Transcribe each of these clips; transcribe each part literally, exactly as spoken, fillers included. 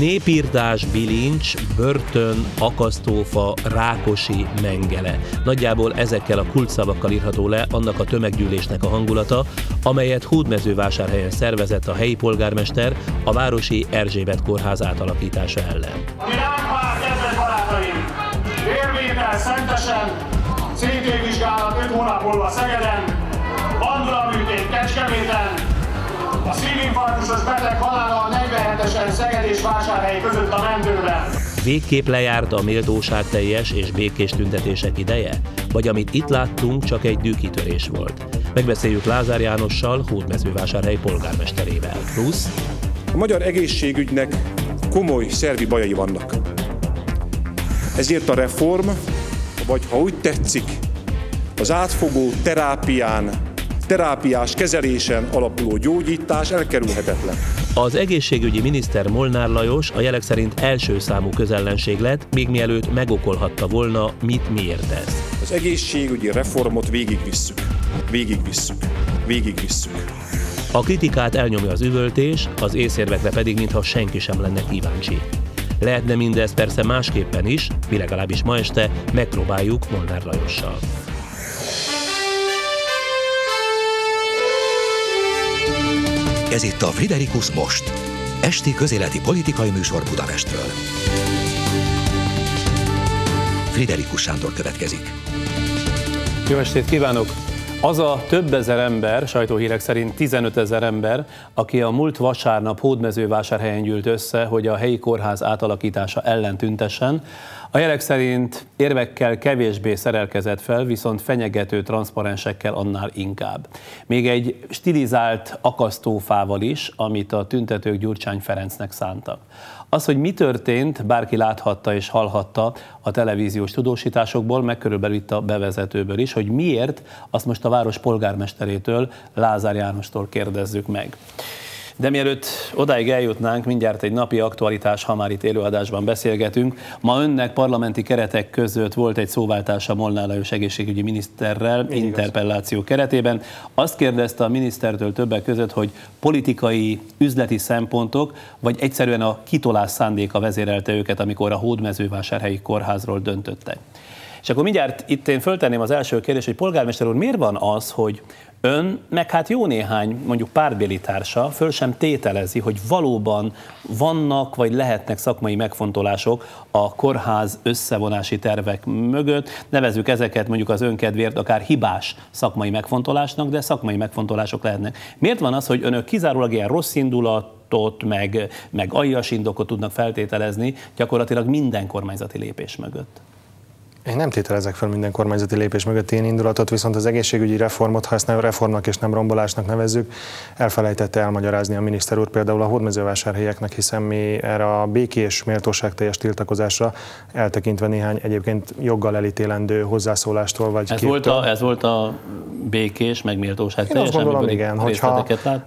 Népirtás, bilincs, börtön, akasztófa, Rákosi, Mengele. Nagyjából ezekkel a kulcsszavakkal írható le annak a tömeggyűlésnek a hangulata, amelyet Hódmezővásárhelyen szervezett a helyi polgármester a városi Erzsébet kórház átalakítása ellen. Ami ránk vár, kedves barátaim! Vérvétel Szentesen, cé té-vizsgálat öt hónap múlva Szegeden, bandulaműtét Kecskeméten, a szívinfarktusos beteg halála a negyvenhetesen Szeged és Vásárhely között a Mendőben. Végképp lejárt a méltóságteljes és békés tüntetések ideje? Vagy amit itt láttunk, csak egy dűkitörés volt? Megbeszéljük Lázár Jánossal, Hódmezővásárhely polgármesterével. Plusz... A magyar egészségügynek komoly szervi bajai vannak. Ezért a reform, vagy ha úgy tetszik, az átfogó terápián, terápiás kezelésen alapuló gyógyítás elkerülhetetlen. Az egészségügyi miniszter Molnár Lajos a jelek szerint első számú közellenség lett, még mielőtt megokolhatta volna, mit miért tesz. Az egészségügyi reformot végigvisszük, végigvisszük, végigvisszük. A kritikát elnyomja az üvöltés, az észérvekre pedig mintha senki sem lenne kíváncsi. Lehetne mindez persze másképpen is, mi legalábbis ma este megpróbáljuk Molnár Lajossal. Ez itt a Friderikus Most, esti közéleti politikai műsor Budapestről. Friderikus Sándor következik. Jó estét kívánok! Az a több ezer ember, sajtóhírek szerint tizenöt ezer ember, aki a múlt vasárnap Hódmezővásárhelyen gyűlt össze, hogy a helyi kórház átalakítása ellen tüntessen, a jelek szerint érvekkel kevésbé szerelkezett fel, viszont fenyegető transzparensekkel annál inkább. Még egy stilizált akasztófával is, amit a tüntetők Gyurcsány Ferencnek szántak. Az, hogy mi történt, bárki láthatta és hallhatta a televíziós tudósításokból, meg körülbelül itt a bevezetőből is, hogy miért, azt most a város polgármesterétől, Lázár Jánostól kérdezzük meg. De mielőtt odáig eljutnánk, mindjárt egy napi aktualitás, ha már itt élőadásban beszélgetünk. Ma önnek parlamenti keretek között volt egy szóváltása Molnár Lajos egészségügyi miniszterrel, Én interpelláció igaz. keretében. Azt kérdezte a minisztertől többek között, hogy politikai, üzleti szempontok, vagy egyszerűen a kitolás szándéka vezérelte őket, amikor a Hódmezővásárhelyi kórházról döntöttek. És akkor mindjárt itt én föltenném az első kérdést, hogy polgármester úr, miért van az, hogy ön, meg hát jó néhány mondjuk pártbéli társa föl sem tételezi, hogy valóban vannak vagy lehetnek szakmai megfontolások a kórház összevonási tervek mögött. Nevezzük ezeket mondjuk az önkedvéért akár hibás szakmai megfontolásnak, de szakmai megfontolások lehetnek. Miért van az, hogy önök kizárólag ilyen rossz indulatot, meg, meg aljas indokot tudnak feltételezni gyakorlatilag minden kormányzati lépés mögött? Én nem tételezek fel minden kormányzati lépés mögött ilyen indulatot, viszont az egészségügyi reformot, ha ezt nem reformnak és nem rombolásnak nevezzük, elfelejtette elmagyarázni a miniszter úr például a hódmezővásárhelyeknek, hiszen mi erre a békés, méltóságteljes tiltakozásra eltekintve néhány egyébként joggal elítélendő hozzászólástól vagy ez képtől. Volt a, ez volt a békés, meg méltóságteljes? Én azt gondolom, igen, hogyha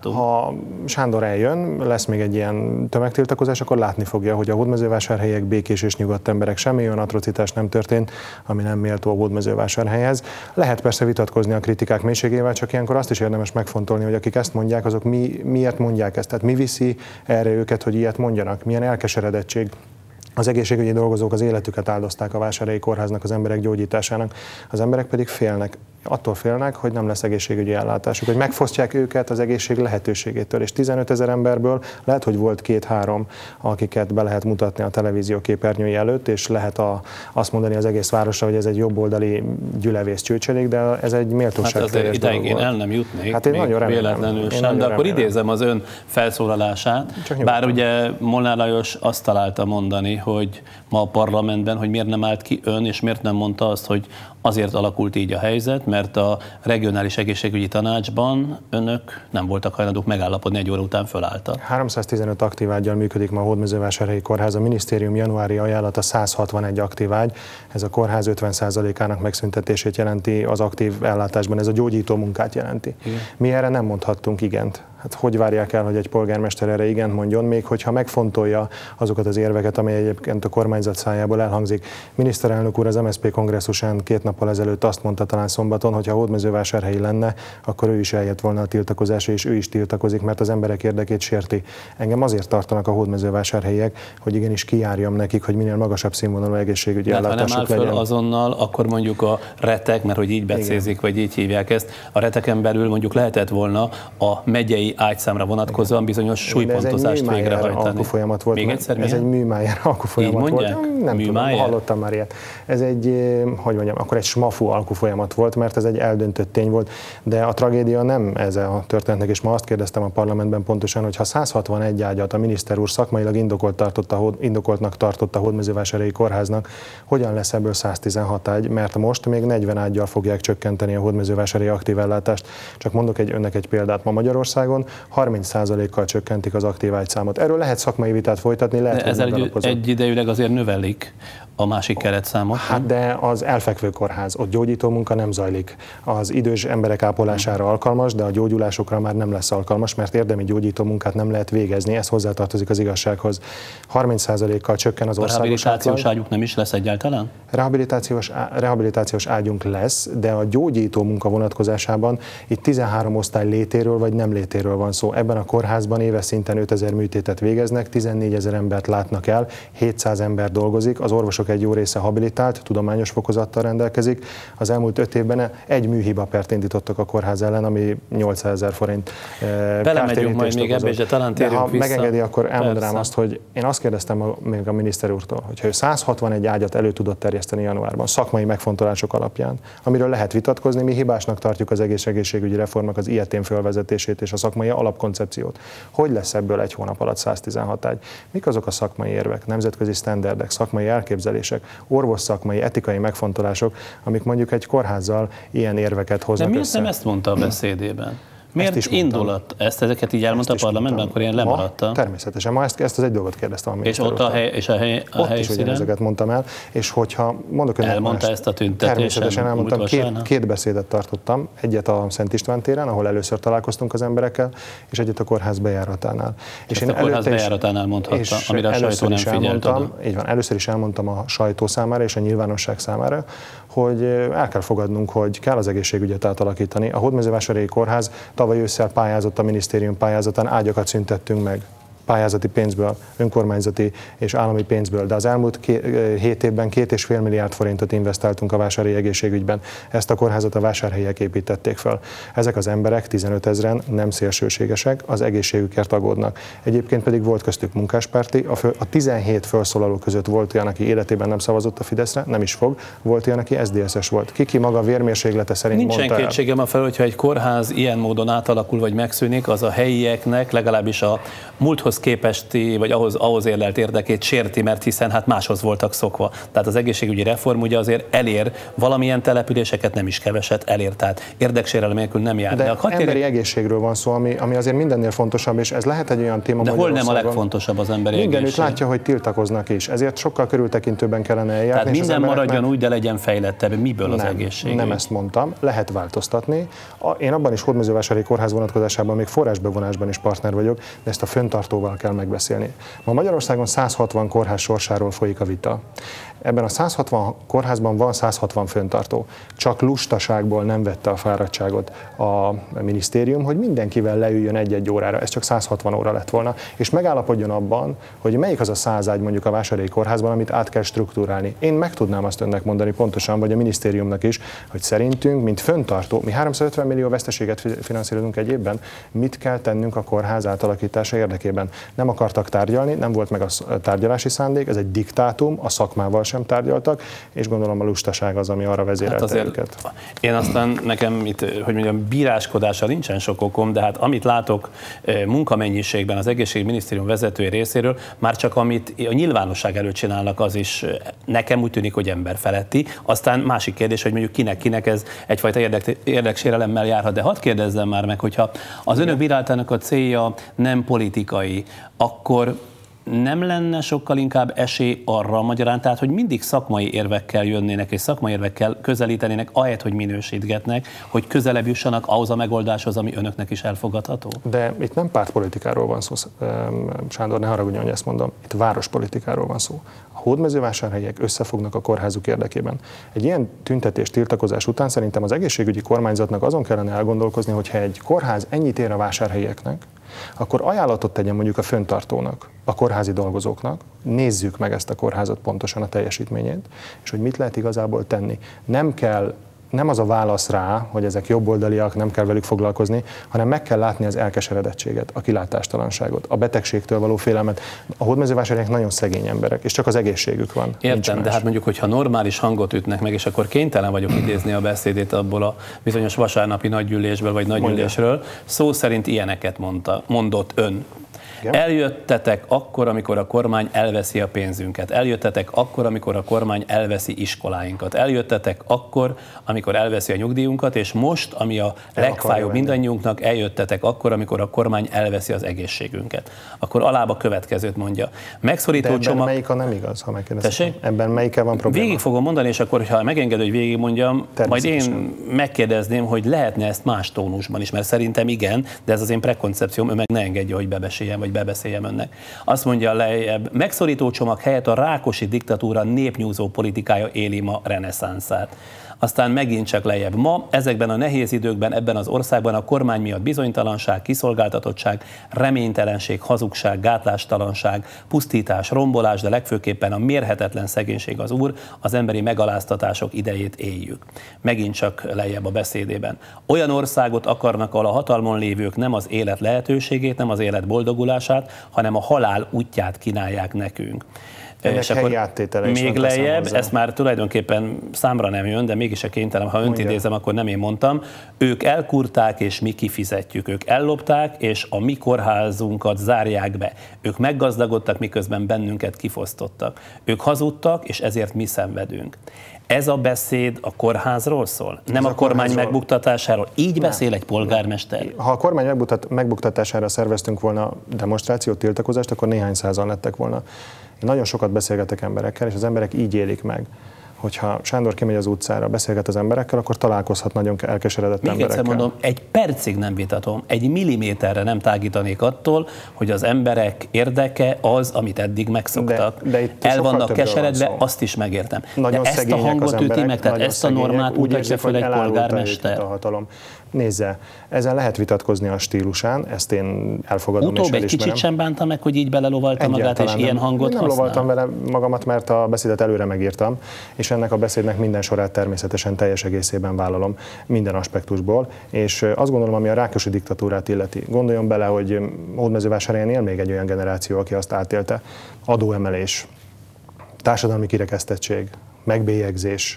ha Sándor eljön, lesz még egy ilyen tömegtiltakozás, akkor látni fogja, hogy a hódmezővásárhelyek békés és nyugodt emberek, semmi olyan atrocitás nem történt, ami nem méltó a Hódmezővásárhelyhez. Lehet persze vitatkozni a kritikák mélységével, csak ilyenkor azt is érdemes megfontolni, hogy akik ezt mondják, azok mi, miért mondják ezt. Tehát mi viszi erre őket, hogy ilyet mondjanak? Milyen elkeseredettség? Az egészségügyi dolgozók az életüket áldozták a Vásárhelyi Kórháznak, az emberek gyógyításának. Az emberek pedig félnek. Attól félnek, hogy nem lesz egészségügyi ellátásuk, hogy megfosztják őket az egészség lehetőségétől. És tizenöt ezer emberből lehet, hogy volt két-három, akiket be lehet mutatni a televízió képernyői előtt, és lehet a, azt mondani az egész városra, hogy ez egy jobboldali gyülevész csőcselék, de ez egy méltóságteljes dolog volt. Hát ideig én el nem jutnék, hát én még nagyon véletlenül sem, nagyon de akkor remélem. Idézem az ön felszólalását. Bár ugye Molnár Lajos azt találta mondani, hogy ma a parlamentben, hogy miért nem állt ki ön, és miért nem mondta azt, hogy azért alakult így a helyzet, mert a regionális egészségügyi tanácsban önök nem voltak hajlandók megállapodni, egy óra után fölálltak. háromszáztizenöt aktív ággyal működik ma a Hódmezővásárhelyi Kórház. A minisztérium januári ajánlata száz hatvanegy aktív ágy. Ez a kórház ötven százalékának megszüntetését jelenti az aktív ellátásban, ez a gyógyító munkát jelenti. Igen. Mi erre nem mondhattunk igent. Hát hogy várják el, hogy egy polgármester erre igent mondjon, még hogyha megfontolja azokat az érveket, amely egyébként a kormányzat szájából elhangzik. Miniszterelnök úr az em es zé pé kongresszusán két nappal ezelőtt azt mondta talán szombaton, hogy ha Hódmezővásárhelyi lenne, akkor ő is eljött volna a tiltakozásra, és ő is tiltakozik, mert az emberek érdekét sérti. Engem azért tartanak a hódmezővásárhelyiek, hogy igenis kijárjam nekik, hogy minél magasabb színvonalú egészségügyi hát, ellátásuk legyen. Ha nem áll föl azonnal, akkor mondjuk a retek, mert hogy így becézik, vagy így hívják ezt, a reteken belül mondjuk lehetett volna a megyei ágyszámra vonatkozóan bizonyos súlypontozást végrehajtani. Volt, Még egyszer, ez egy Műmájer alkufolyamat volt. Nem Műmájer? tudom, hallottam már ilyet. Ez egy, hogy mondjam, akkor egy smafu alkufolyamat volt, mert ez egy eldöntött tény volt, de a tragédia nem ez a történetnek, és ma azt kérdeztem a parlamentben pontosan, hogy ha száz hatvanegy ágyat a miniszter úr szakmailag indokolt tartotta, indokoltnak tartotta a Hódmezővásárhelyi kórháznak, hogyan lesz ebből száz tizenhat ágy, mert most még negyven ággyal fogják csökkenteni a hódmezővásárhelyi aktív ellátást. Csak mondok egy, önnek egy példát, ma Magyarországon harminc százalékkal csökkentik az aktív ágyszámot. Erről lehet szakmai vitát folytatni, lehet, de ezzel egy, egyidejűleg azért növelik a másik keretszámot. Hát de az elfekvő kórház, ott gyógyító munka nem zajlik. Az idős emberek ápolására alkalmas, de a gyógyulásokra már nem lesz alkalmas, mert érdemi gyógyító munkát nem lehet végezni, ez hozzátartozik az igazsághoz. harminc százalékkal csökken az országos átlag. A rehabilitációs ágyunk nem is lesz egyáltalán? Rehabilitációs, rehabilitációs ágyunk lesz, de a gyógyító munka vonatkozásában itt tizenhárom osztály létéről vagy nem létéről van szó. Ebben a kórházban éves szinten ötezer műtétet végeznek, tizennégyezer embert látnak el, hétszáz ember dolgozik, az orvosok egy jó része habilitált, tudományos fokozattal rendelkezik. Az elmúlt öt évben egy műhibapert indítottak a kórház ellen, ami nyolcszázezer forint belemegyünk majd még ebbe, de talán térjünk ha vissza. Megengedi, akkor elmondanám Persze. azt, hogy én azt kérdeztem a, még a miniszter úrtól, hogyha ő száz hatvanegy ágyat elő tudott terjeszteni januárban, szakmai megfontolások alapján, amiről lehet vitatkozni, mi hibásnak tartjuk az egész egészségügyi reformnak az ilyetén fölvezetését és a szakmai alapkoncepciót. Hogy lesz ebből egy hónap alatt száz tizenhat ágy? Mik azok a szakmai érvek, nemzetközi sztenderdek, szakmai elképzelések, orvosszakmai, etikai megfontolások, amik mondjuk egy kórházzal ilyen érveket hoznak. De miért össze. nem ezt mondta a beszédében? Miért indulat? Ezt ezeket így elmondta a parlamentben, akkor én lemaradtam. Ma, természetesen. Ma ezt, ezt az egy dolgot kérdeztem a És ott a, hely, és a, hely, a ott helyszínen? is ugyanezeket mondtam el, és hogyha mondok önnek elmondta más, ezt a tüntetésen? Természetesen elmondtam, két, két beszédet tartottam, egyet a Szent István téren, ahol először találkoztunk az emberekkel, és egyet a kórház bejáratánál. És én a kórház bejáratánál mondhatta, amire a sajtó nem figyelt oda. Így van, először is elmondtam a sajtó számára és a nyilvánosság számára, hogy el kell fogadnunk, hogy kell az egészségügyet átalakítani. A Hódmezővásárhelyi Kórház tavaly ősszel pályázott a minisztérium pályázatán, ágyakat szüntettünk meg pályázati pénzből, önkormányzati és állami pénzből, de az elmúlt hét évben két és fél milliárd forintot investáltunk a vásárhelyi egészségügyben. Ezt a kórházat a vásárhelyiek építették fel. Ezek az emberek, tizenöt ezren, nem szélsőségesek, az egészségükért aggódnak. Egyébként pedig volt köztük munkáspárti, a, fő, a tizenhét felszólaló között volt olyan, aki életében nem szavazott a Fideszre, nem is fog, volt olyan, aki es zé dé es-es volt. Kiki maga vérmérséklete szerint Nincsen mondta el. kétségem a fel, hogyha egy kórház ilyen módon átalakul vagy megszűnik, az a helyieknek legalábbis a múlthoz képesti, vagy ahhoz, ahhoz érlelt érdekét sérti, mert hiszen hát máshoz voltak szokva. Tehát az egészségügyi reform ugye azért elér valamilyen településeket, nem is keveset elér, tehát érdeksérelem nélkül nem jár. De, De emberi tényleg... egészségről van szó, ami, ami azért mindennél fontosabb, és ez lehet egy olyan téma. De hol nem a legfontosabb az emberi mindenütt egészség? Mindenütt látja, hogy tiltakoznak is, ezért sokkal körültekintőbben kellene eljárni. Tehát minden maradjon meg... úgy, de legyen fejlettebb. Miből az nem, egészség? Nem ezt mondtam, lehet változtatni. Én abban is Hódmezővásárhelyi Kórház vonatkozásában még forrásbevonásban is partner vagyok, de ezt a fenntartóval kell megbeszélni. Ma Magyarországon száz hatvan kórház sorsáról folyik a vita. Ebben a száz hatvan kórházban van száz hatvan fenntartó. Csak lustaságból nem vette a fáradtságot a minisztérium, hogy mindenkivel leüljön egy-egy órára, ez csak száz hatvan óra lett volna, és megállapodjon abban, hogy melyik az a száz ágy mondjuk a Vásárhelyi Kórházban, amit át kell struktúrálni. Én meg tudnám azt önnek mondani pontosan, vagy a minisztériumnak is, hogy szerintünk, mint fenntartó, mi háromszázötven millió veszteséget finanszírozunk egy évben, mit kell tennünk a kórház átalakítása érdekében. Nem akartak tárgyalni, nem volt meg a tárgyalási szándék, ez egy diktátum, a szakmával sem tárgyaltak, és gondolom a lustaság az, ami arra vezérelte hát őket. Én aztán nekem itt, hogy mondjam, bíráskodásra nincsen sok okom, de hát amit látok munkamennyiségben az egészségügyminisztérium vezetői részéről, már csak amit a nyilvánosság előtt csinálnak, az is nekem úgy tűnik, hogy emberfeletti. Aztán másik kérdés, hogy mondjuk kinek-kinek ez egyfajta érdek, érdeksérelemmel járhat. De hadd kérdezzem már meg, hogyha az önök bírálatának a célja nem politikai, akkor nem lenne sokkal inkább esély arra magyarán, tehát hogy mindig szakmai érvekkel jönnének, és szakmai érvekkel közelítenének, ahelyett, hogy minősítgetnek, hogy közelebb jussanak ahhoz a megoldáshoz, ami önöknek is elfogadható? De itt nem pártpolitikáról van szó, Sándor, ne haragudjon, hogy ezt mondom, itt várospolitikáról van szó. A hódmezővásárhelyiek összefognak a kórházuk érdekében. Egy ilyen tüntetés, tiltakozás után szerintem az egészségügyi kormányzatnak azon kellene elgondolkozni, hogyha egy kórház ennyit ér a vásárhelyieknek, akkor ajánlatot tegyen mondjuk a fenntartónak, a kórházi dolgozóknak, nézzük meg ezt a kórházat pontosan, a teljesítményét, és hogy mit lehet igazából tenni. Nem kell, nem az a válasz rá, hogy ezek jobboldaliak, nem kell velük foglalkozni, hanem meg kell látni az elkeseredettséget, a kilátástalanságot, a betegségtől való félelmet. A hódmezővásárhelyiek nagyon szegény emberek, és csak az egészségük van. Értem, de hát mondjuk, hogyha normális hangot ütnek meg, és akkor kénytelen vagyok idézni a beszédét abból a bizonyos vasárnapi nagygyűlésből, vagy nagygyűlésről, szó szerint ilyeneket mondta, mondott ön. Eljöttetek akkor, amikor a kormány elveszi a pénzünket. Eljöttetek akkor, amikor a kormány elveszi iskoláinkat. Eljöttetek akkor, amikor elveszi a nyugdíjunkat, és most, ami a legfájóbb mindannyiunknak, eljöttetek akkor, amikor a kormány elveszi az egészségünket. Akkor alába következőt mondja. Megszorító de ebben csomag... melyik a nem igaz, ha megkérdezem? Ebben melyikkel van probléma? Végig fogom mondani, és akkor, ha megenged, hogy végigmondjam, majd én megkérdezném, hogy lehetne ezt más tónusban is, mert szerintem igen, de ez az én prekoncepcióm, ő meg ne engedje, hogy bebeséljem, vagy bebeszéljem önnek. Azt mondja lejjebb, megszorító csomag helyett a Rákosi diktatúra népnyújtó politikája éli ma reneszánszát. Aztán megint csak lejjebb. Ma ezekben a nehéz időkben ebben az országban a kormány miatt bizonytalanság, kiszolgáltatottság, reménytelenség, hazugság, gátlástalanság, pusztítás, rombolás, de legfőképpen a mérhetetlen szegénység az úr, az emberi megaláztatások idejét éljük. Megint csak lejjebb a beszédében. Olyan országot akarnak, ahol a hatalmon lévők nem az élet lehetőségét, nem az élet boldogulását, hanem a halál útját kínálják nekünk. És akkor még lejjebb, ezt már tulajdonképpen számra nem jön, de mégis a kénytelen, ha önt idézem, akkor nem én mondtam. Ők elkurták, és mi kifizetjük. Ők ellopták, és a mi kórházunkat zárják be. Ők meggazdagodtak, miközben bennünket kifosztottak. Ők hazudtak, és ezért mi szenvedünk. Ez a beszéd a kórházról szól? Nem a, a kormány megbuktatásáról? Így nem. Beszél egy polgármester? Ha a kormány megbuktatására szerveztünk volna demonstrációt, tiltakozást, akkor néhány százan lettek volna. Én nagyon sokat beszélgetek emberekkel, és az emberek így élik meg, hogyha Sándor kimegy az utcára, beszélget az emberekkel, akkor találkozhat nagyon elkeseredett Még emberekkel. Még egyszer mondom, egy percig nem vitatom, egy milliméterre nem tágítanék attól, hogy az emberek érdeke az, amit eddig megszoktak. De, de el vannak keseredve, van azt is megértem. Nagyon de ezt a hangot emberek, üti meg, tehát ezt a normát mutatja fel egy polgármester. A hatalom. Nézze, ezen lehet vitatkozni a stílusán, ezt én elfogadom. Utóbb és egy kicsit sem bánta meg, hogy így belelovalta magát, és nem, ilyen hangot nem használ? Nem lovaltam vele magamat, mert a beszédet előre megírtam, és ennek a beszédnek minden sorát természetesen teljes egészében vállalom, minden aspektusból, és azt gondolom, ami a Rákosi diktatúrát illeti. Gondoljon bele, hogy Hódmezővásárhelyen él még egy olyan generáció, aki azt átélte. Adóemelés, társadalmi kirekesztettség, megbélyegzés.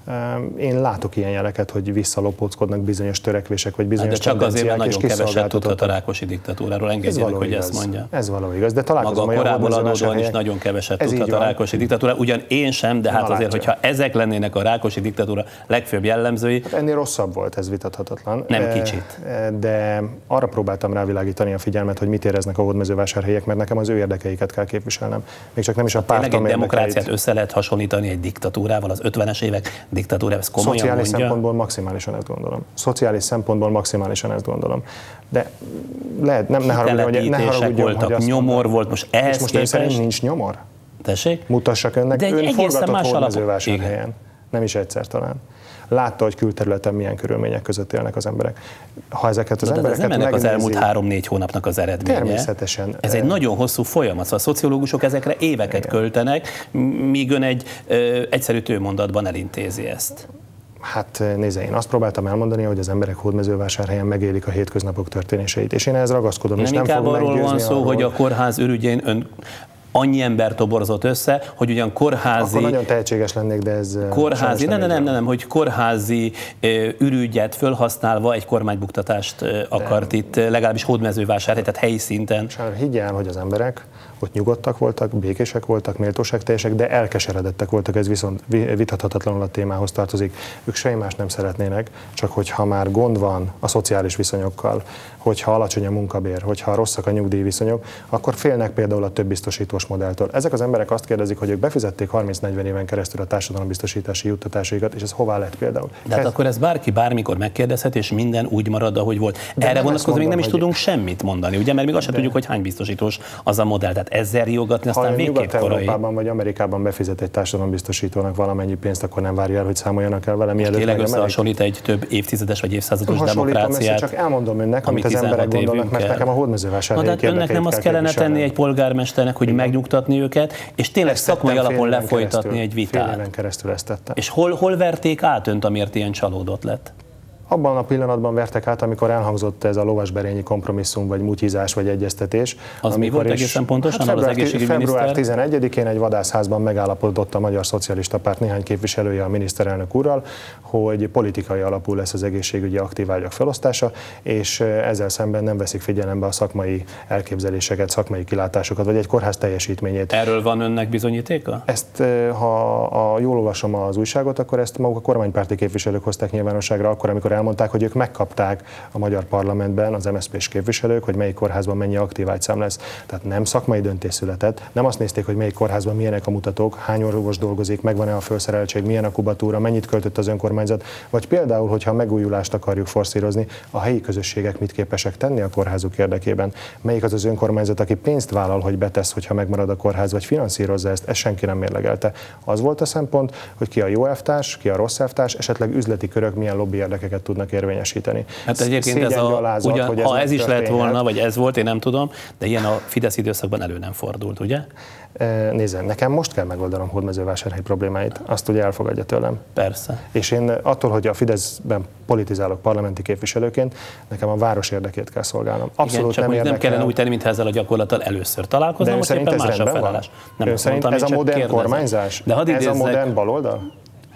Én látok ilyen jeleket, hogy visszalopóckodnak bizonyos törekvések, vagy bizonyos de csak azért, mert nagyon keveset tudott a Rákosi diktatúráról, engedje meg, hogy igaz. Ezt mondja. Ez való igaz, de találkozom maga korábból adódóan is nagyon keveset tudott a Rákosi diktatúráról, ugyan én sem, de hát Na, azért, látja. Hogyha ezek lennének a Rákosi diktatúra legfőbb jellemzői. Hát ennél rosszabb volt, ez vitathatatlan. Nem kicsit. De arra próbáltam rávilágítani a figyelmet, hogy mit éreznek a hódmezővásárhelyiek, mert nekem az ő érdekeiket kell képviselnem. Még csak nem is a pártom érdekeit. Tényleg egy demokráciát össze lehet hasonlítani egy diktatúrával, az ötvenes évek diktatúra, ez komolyan Szociális mondja? szempontból maximálisan ezt gondolom. Szociális szempontból maximálisan ezt gondolom. De lehet, nem, ne haragudjon, hogy, ne haragudjon, voltak, hogy nyomor volt, most ehhez és most képest... szerint nincs nyomor? Tessék? Mutassak önnek, de ön forgatott Hódmezővásárhelyen. helyen. Nem is egyszer talán. Látta, hogy külterületen milyen körülmények között élnek az emberek. Ha ezeket az de embereket ez nem ennek megnézi, az elmúlt három-négy hónapnak az eredménye. Természetesen. Ez egy nagyon hosszú folyamat, szóval a szociológusok ezekre éveket Igen. költenek, míg ön egy ö, egyszerű tőmondatban elintézi ezt. Hát nézze, én azt próbáltam elmondani, hogy az emberek Hódmezővásárhelyen megélik a hétköznapok történéseit, és én ehhez ragaszkodom, nem és nem fogom meggyőzni arról van szó, arról, hogy a kórház ürügyén ön annyi ember toborzott össze, hogy ugyan kórházi... Akkor nagyon tehetséges lennék, de ez... Kórházi, nem, nem, nem, nem, nem, hogy kórházi ürügyet fölhasználva egy kormánybuktatást akart de. Itt, legalábbis Hódmezővásárhely, tehát helyi szinten. Sajnos higgyel, hogy az emberek ott nyugodtak voltak, békések voltak, méltóságteljesek, de elkeseredettek voltak, ez viszont vitathatatlanul a témához tartozik. Ők semmi más nem szeretnének, csak hogyha már gond van a szociális viszonyokkal, hogyha alacsony a munkabér, hogyha rosszak a nyugdíjviszonyok, akkor félnek például a több biztosítós modelltől. Ezek az emberek azt kérdezik, hogy ők befizették harminc-negyven éven keresztül a társadalombiztosítási juttatásaikat, és ez hová lett például? De hát ez... akkor ez bárki bármikor megkérdezhet, és minden úgy marad, ahogy volt. De erre vonatkozóan még nem is hogy... tudunk semmit mondani, ugye, mert még azt sem de... tudjuk, hogy hány biztosítós az a modell. Tehát ezzel riogatni aztán végképp korai. Ha Nyugat-Európában vagy Amerikában befizet egy társadalombiztosítónak valamennyi pénzt, akkor nem várja el, hogy számoljanak el vele, mielőtt tényleg összehasonlít egy több évtizedes vagy évszázados demokráciát. Csak elmondom önnek, amit az emberek gondolnak, mert nekem a Hódmezővásárhelyi érdekeit önnek nem azt kellene tenni egy polgármesternek, hogy megnyugtatni őket, és tényleg szakmai alapon lefolytatni egy vitát. Fél éven keresztül ezt tette. És hol, hol verték át önt, amiért ilyen csalódott lett? Abban a pillanatban vertek át, amikor elhangzott ez a lovasberényi kompromisszum, vagy mutyizás, vagy egyeztetés. Az mi volt egészen pontosan? Hát február, az február tizenegyedikén egy vadászházban megállapodott a Magyar Szocialista Párt néhány képviselője a miniszterelnök úrral, hogy politikai alapú lesz az egészségügyi aktív ágyak felosztása, és ezzel szemben nem veszik figyelembe a szakmai elképzeléseket, szakmai kilátásokat, vagy egy kórház teljesítményét. Erről van önnek bizonyítéka? Ezt, ha a, jól olvasom az újságot, akkor ezt maguk a kormánypárti képviselők hozták nyilvánosságra, akkor, amikor elmondták, hogy ők megkapták a magyar parlamentben, az em es zé pés képviselők, hogy melyik kórházban mennyi aktív ágyszám lesz. Tehát nem szakmai döntés született, nem azt nézték, hogy melyik kórházban milyenek a mutatók, hány orvos dolgozik, megvan-e a felszereltség, milyen a kubatúra, mennyit költött az önkormányzat, vagy például, hogyha a megújulást akarjuk forszírozni, a helyi közösségek mit képesek tenni a kórházuk érdekében. Melyik az az önkormányzat, aki pénzt vállal, hogy betesz, hogyha megmarad a kórház, vagy finanszírozza ezt, ezt senki nem mérlegelte. Az volt a szempont, hogy ki a jó elvtárs, ki a rossz elvtárs, esetleg üzleti körök milyen lobby érdekeket tudnak érvényesíteni. Hát egyébként ez a, alázat, ugyan, ez ha ez is lett volna, vagy ez volt, én nem tudom, de ilyen a Fidesz időszakban elő nem fordult, ugye? Nézzen, nekem most kell megoldanom Hódmezővásárhely problémáit, azt ugye elfogadja tőlem. Persze. És én attól, hogy a Fideszben politizálok parlamenti képviselőként, nekem a város érdekét kell szolgálnom. Abszolút igen, csak nem érdekel. Nem kellene úgy tenni, mintha ezzel a gyakorlattal először találkozom, most éppen más a felállás. Nem ön szerint mondtam, ez a modern kérdezem. Kormányzás? De ez idézzek, a modern baloldal?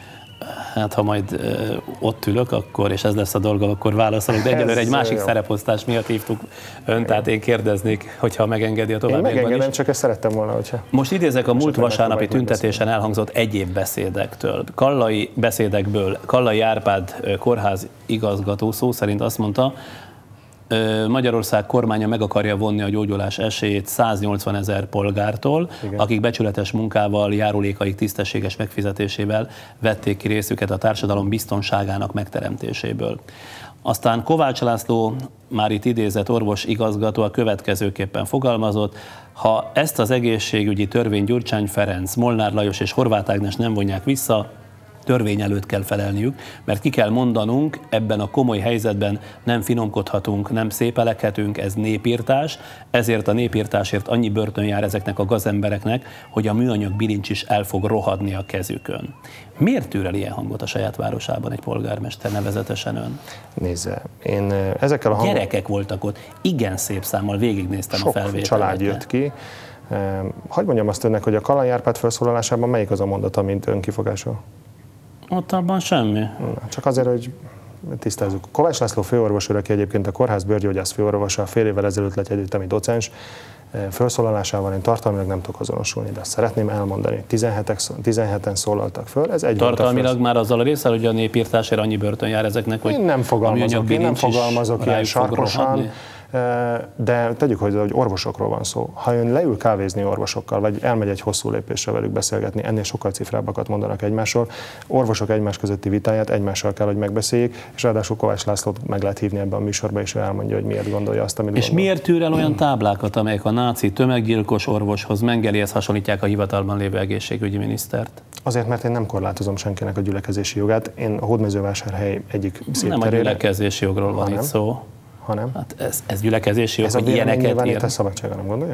Hát ha majd ö, ott ülök, akkor, és ez lesz a dolgom, akkor válaszolok, de egyelőre egy másik jó. szereposztás miatt hívtuk ön, tehát én kérdeznék, hogyha megengedi a továbbiakban is. Én megengedem, csak ezt szerettem volna, hogyha... Most idézek a múlt vasárnapi tüntetésen elhangzott egyéb beszédektől. Kallai beszédekből Kallai Árpád kórház igazgató szó szerint azt mondta, Magyarország kormánya meg akarja vonni a gyógyulás esélyét száznyolcvan ezer polgártól, igen. akik becsületes munkával, járulékaik tisztességes megfizetésével vették ki részüket a társadalom biztonságának megteremtéséből. Aztán Kovács László, már itt idézett orvos igazgató a következőképpen fogalmazott, ha ezt az egészségügyi törvény Gyurcsány Ferenc, Molnár Lajos és Horváth Ágnes nem vonják vissza, törvény előtt kell felelniük, mert ki kell mondanunk, ebben a komoly helyzetben nem finomkodhatunk, nem szépelekhetünk, ez népírtás, ezért a népírtásért annyi börtön jár ezeknek a gazembereknek, hogy a műanyag bilincs is el fog rohadni a kezükön. Miért tűr el ilyen hangot a saját városában egy polgármester, nevezetesen ön? Nézze, én ezekkel a hangok... Gyerekek voltak ott, igen szép számmal végignéztem sok a felvételt. Sok család jött ki. Hadd mondjam azt önnek, hogy a Kallai Árpád felszólalásában melyik az a mondat, amit ön kifogásol? Ott abban semmi. Csak azért, hogy tisztázzuk. Kovács László főorvos úr, aki egyébként a kórház bőrgyógyász főorvosa, fél évvel ezelőtt lett egyetemi docens, felszólalásával én tartalmilag nem tudok azonosulni, de azt szeretném elmondani. tizenheten szólaltak föl. Ez egy tartalmilag már azzal a részsel, hogy a népírtásért annyi börtön jár ezeknek, hogy én nem fogalmazok, én nem fogalmazok ilyen sarkosan. De tegyük, hogy orvosokról van szó. Ha ön leül kávézni orvosokkal, vagy elmegy egy hosszú lépésre velük beszélgetni, ennél sokkal cifrábbakat mondanak egymásról. Orvosok egymás közötti vitáját egymással kell, hogy megbeszéljék, és ráadásul Kovács Lászlót meg lehet hívni ebben a műsorba, és ő elmondja, hogy miért gondolja azt, amit és gondol. Miért tűr el olyan táblákat, amelyek a náci tömeggyilkos orvoshoz, Mengelehez hasonlítják a hivatalban lévő egészségügyi minisztert? Azért, mert én nem korlátozom senkinek a gyülekezési jogát. Én a Hódmezővásárhely egyik szép Nem terére, a gyülekezési jogról van itt szó. Hanem? Hát ez, ez gyülekezési jog, ez hogy ilyeneket ír. Ez a szabadsága, nem gondolja?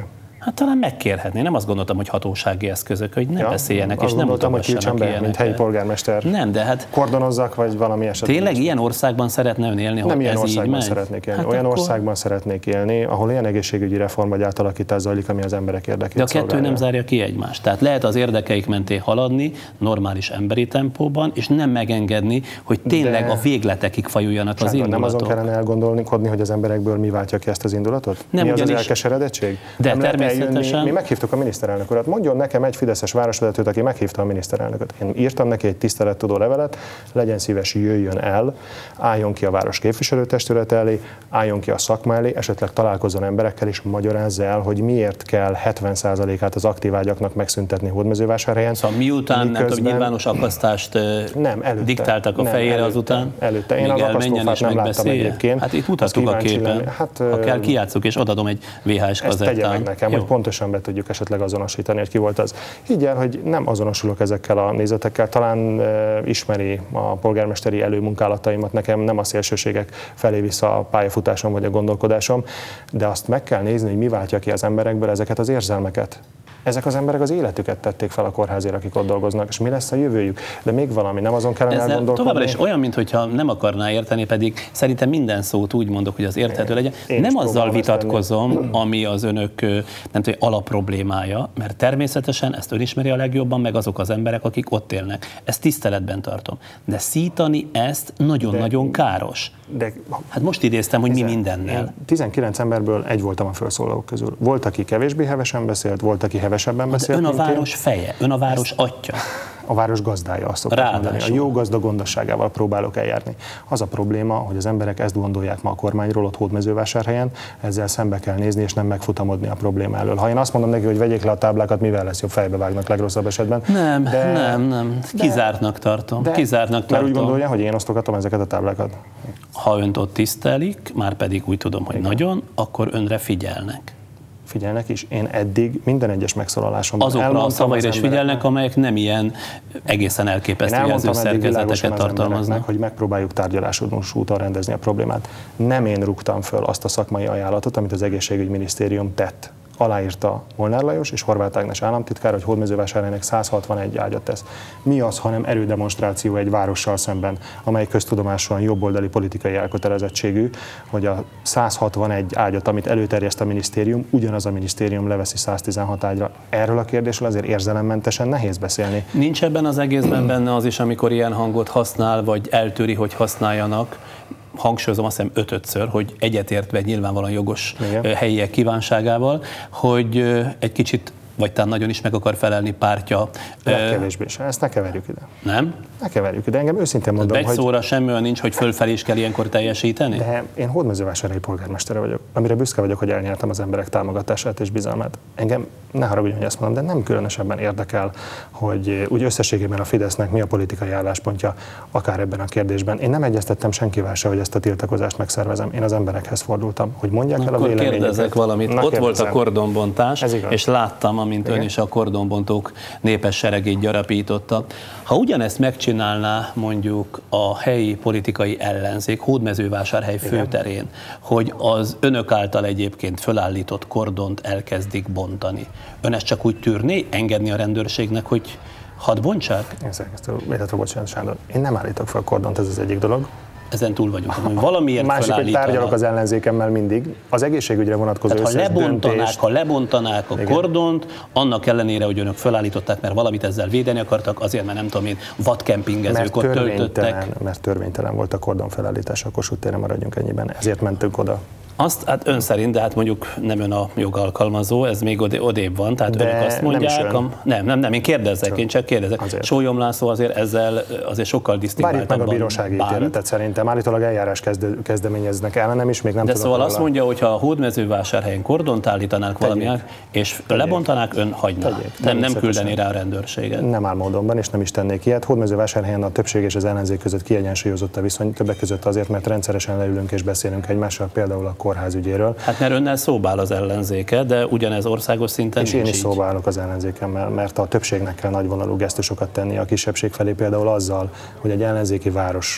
Hát talán megkérhetné. Nem azt gondoltam, hogy hatósági eszközök, hogy ne ja, beszéljenek és nem mutogassanak ilyeneket. Mint helyi polgármester. Nem, de hát... Kordonozzak, vagy valami esetben. Tényleg ilyen országban szeretne ön élni, nem ilyen ez országban így megy? szeretnék élni. Hát olyan akkor... országban szeretnék élni, ahol ilyen egészségügyi reform vagy átalakítás zajlik, ami az emberek érdekét De a kettő szolgálja. nem zárja ki egymást. Tehát lehet az érdekeik mentén haladni, normális emberi tempóban, és nem megengedni, hogy tényleg de... a végletekig fajuljanak az indulatok. Nem azon kellene elgondolkodni, hogy az emberekből mi váltja ki ezt az indulatot? Nem, mi az ugyanis... az elkeseredettség? De nem természetesen... eljönni, mi meghívtuk a miniszterelnök urat. Mondjon nekem egy fideszes városvezetőt, aki meghívta a miniszterelnököt. Én írtam neki egy tisztelettudó levelet, legyen szíves, jöjjön el, álljon ki a város képviselőtestület elé, álljon ki a szakma elé, esetleg találkozzon emberekkel és magyarázza el, hogy miért kell hetven százalékát az aktív ágyaknak megszüntetni Hódmezővásárhelyen. Szóval miután miközben... nem tudom, nyilvános akasztást nem, előtte, diktáltak a nem, fejére előtte, azután? Előtte. Én az akasztófát nem láttam egyébként. Hát itt mutattuk a képen. Hát, ha kell, kijátszuk, és odadom egy vé há es kazettán. Ezt tegye meg nekem, jó, hogy pontosan be tudjuk esetleg azonosítani, hogy ki volt az. Higgy el, hogy nem azonosulok ezekkel a nézetekkel, talán uh, ismeri a polgármesteri előmunkálataimat, nekem nem a szélsőségek felé vissza a pályafutásom vagy a gondolkodásom, de azt meg kell nézni, hogy mi váltja ki az emberekből ezeket az érzelmeket. Ezek az emberek az életüket tették fel a kórházért, akik ott dolgoznak, és mi lesz a jövőjük? De még valami, nem azon kellene ezzel elgondolkodni. Továbbra is olyan, mintha nem akarná érteni, pedig szerintem minden szót úgy mondok, hogy az érthető legyen. Én nem azzal vitatkozom, ami az önök nem tudom, alapproblémája, mert természetesen ezt ön ismeri a legjobban, meg azok az emberek, akik ott élnek. Ezt tiszteletben tartom. De szítani ezt nagyon-nagyon káros. De, hát most idéztem, hogy mi mindennel. tizenkilenc emberből egy voltam a felszólalók közül. Volt, aki kevésbé hevesen beszélt, volt, aki hevesebben beszélt. De ön a város én. feje, ön a város Ezt atya. A város gazdája, azt szokták mondani. A jó gazda gondosságával próbálok eljárni. Az a probléma, hogy az emberek ezt gondolják ma a kormányról, ott Hódmezővásárhelyen, ezzel szembe kell nézni, és nem megfutamodni a probléma elől. Ha én azt mondom neki, hogy vegyék le a táblákat, mivel lesz jobb, fejbe vágnak legrosszabb esetben. Nem, de, nem, nem. Kizártnak tartom. De, Kizártnak tartom. Mert úgy gondolja, hogy én osztogatom ezeket a táblákat. Ha önt ott tisztelik, már pedig úgy tudom, hogy igen, nagyon, akkor önre figyelnek. Figyelnek is. Én eddig minden egyes megszólalásomban azokra a szavaira is figyelnek, amelyek nem ilyen egészen elképesztő jelző szerkezeteket tartalmaznak. Hogy megpróbáljuk tárgyalásos úton rendezni a problémát. Nem én rúgtam föl azt a szakmai ajánlatot, amit az egészségügyminisztérium tett. Aláírta Molnár Lajos és Horváth Ágnes államtitkár, hogy Hódmezővásárhelynek száz hatvanegy ágyat tesz. Mi az, hanem erődemonstráció egy várossal szemben, amely köztudomásúan jobboldali politikai elkötelezettségű, hogy a száz hatvanegy ágyat, amit előterjeszt a minisztérium, ugyanaz a minisztérium leveszi száz tizenhat ágyra. Erről a kérdésről azért érzelemmentesen nehéz beszélni. Nincs ebben az egészben benne az is, amikor ilyen hangot használ, vagy eltöri, hogy használjanak, hangsúlyozom azt hiszem ötödször, hogy egyetértve nyilvánvalóan jogos igen, helyiek kívánságával, hogy egy kicsit, vagy talán nagyon is meg akar felelni pártja. Legkevésbé sem, ezt ne keverjük ide. Nem? Ne keverjük ide, engem őszintén mondom, hogy... Egy szóra semmi olyan nincs, hogy fölfelé is kell ilyenkor teljesíteni? De én Hódmezővásárhelyi polgármestere vagyok, amire büszke vagyok, hogy elnyertem az emberek támogatását és bizalmát. Engem, ne haragudjon, hogy ezt mondom, de nem különösebben érdekel, hogy úgy összességében a Fidesznek mi a politikai álláspontja akár ebben a kérdésben. Én nem egyeztettem senkivel se, hogy ezt a tiltakozást megszervezem. Én az emberekhez fordultam, hogy mondják el a véleményüket. Akkor kérdezek valamit. Na, ott volt a kordonbontás, és láttam, amint igen, ön is a kordonbontók népes seregét gyarapította. Ha ugyanezt megcsinálná mondjuk a helyi politikai ellenzék Hódmezővásárhely főterén, hogy az önök által egyébként fölállított kordont elkezdik bontani, ön ezt csak úgy tűrné, engedni a rendőrségnek, hogy hadd bontsák? Illetve bocsánat, Sándor, én nem állítok fel kordont, ez az egyik dolog. Ezen túl vagyunk, hogy valamiért másik, hogy tárgyalok az ellenzékemmel mindig. Az egészségügyre vonatkozó tehát, összes ha lebontanák, döntést... ha lebontanák a igen, kordont, annak ellenére, hogy önök felállították, mert valamit ezzel védeni akartak, azért, mert nem tudom én, vadkempingezők ott töltöttek. Mert törvénytelen volt a kordon felállítása, a Kossuth téren, maradjunk ennyiben, ezért mentünk oda. Azt, hát ön szerint, de hát mondjuk nem ön a jogalkalmazó, ez még odé, odébb van, tehát de önök azt mondják, nem, a, nem, nem, nem, én kérdezek, csak én csak kérdezek. Azért. Sólyom László azért ezzel azért sokkal disztingváltabban bárjuk meg a bírósági ítéletet szerintem, állítólag eljárás kezdő, kezdeményeznek ellenem is, még nem de tudom. Szóval azt mondja, hogy ha a Hódmezővásárhelyen kordont állítanák valamiért, és tegyék, lebontanák, ön hagyná. Tegyék, nem, nem küldeni rá a rendőrséget. Nem áll módonban, és nem is tennék ilyet. Hódmezővásárhelyen a többség és az ellenzék között kiegyensúlyozott a viszony, többek között azért, mert rendszeresen leülünk és beszélünk egymással, például a kórház ügyéről. Hát mert önnel szóba áll az ellenzéke, de ugyanez országos szinten és én is szóba állok az ellenzékemmel, mert a többségnek kell nagyvonalú gesztusokat tenni a kisebbség felé, például azzal, hogy egy ellenzéki város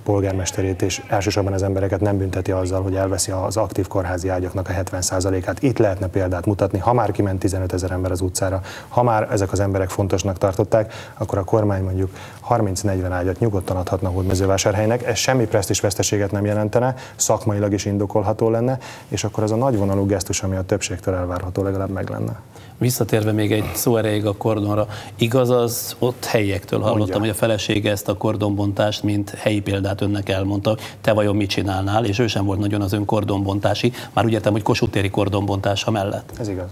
polgármesterét és elsősorban az embereket nem bünteti azzal, hogy elveszi az aktív kórházi ágyaknak a hetven százalékát. Itt lehetne példát mutatni, ha már kiment tizenötezer ember az utcára, ha már ezek az emberek fontosnak tartották, akkor a kormány mondjuk harminc-negyven ágyat nyugodtan adhatna Hódmezővásárhelynek, ez semmi presztízsveszteséget nem jelentene, szakmailag is indokolható lenne, és akkor az a nagyvonalú gesztus, ami a többségtől elvárható, legalább meg lenne. Visszatérve még egy szó erejéig a kordonra, igaz az, ott helyiektől hallottam, Mondja. hogy a felesége ezt a kordonbontást, mint helyi példát önnek elmondta, te vajon mit csinálnál, és ő sem volt nagyon az ön kordonbontási, már úgy értem, hogy Kossuth téri kordonbontása mellett. Ez igaz.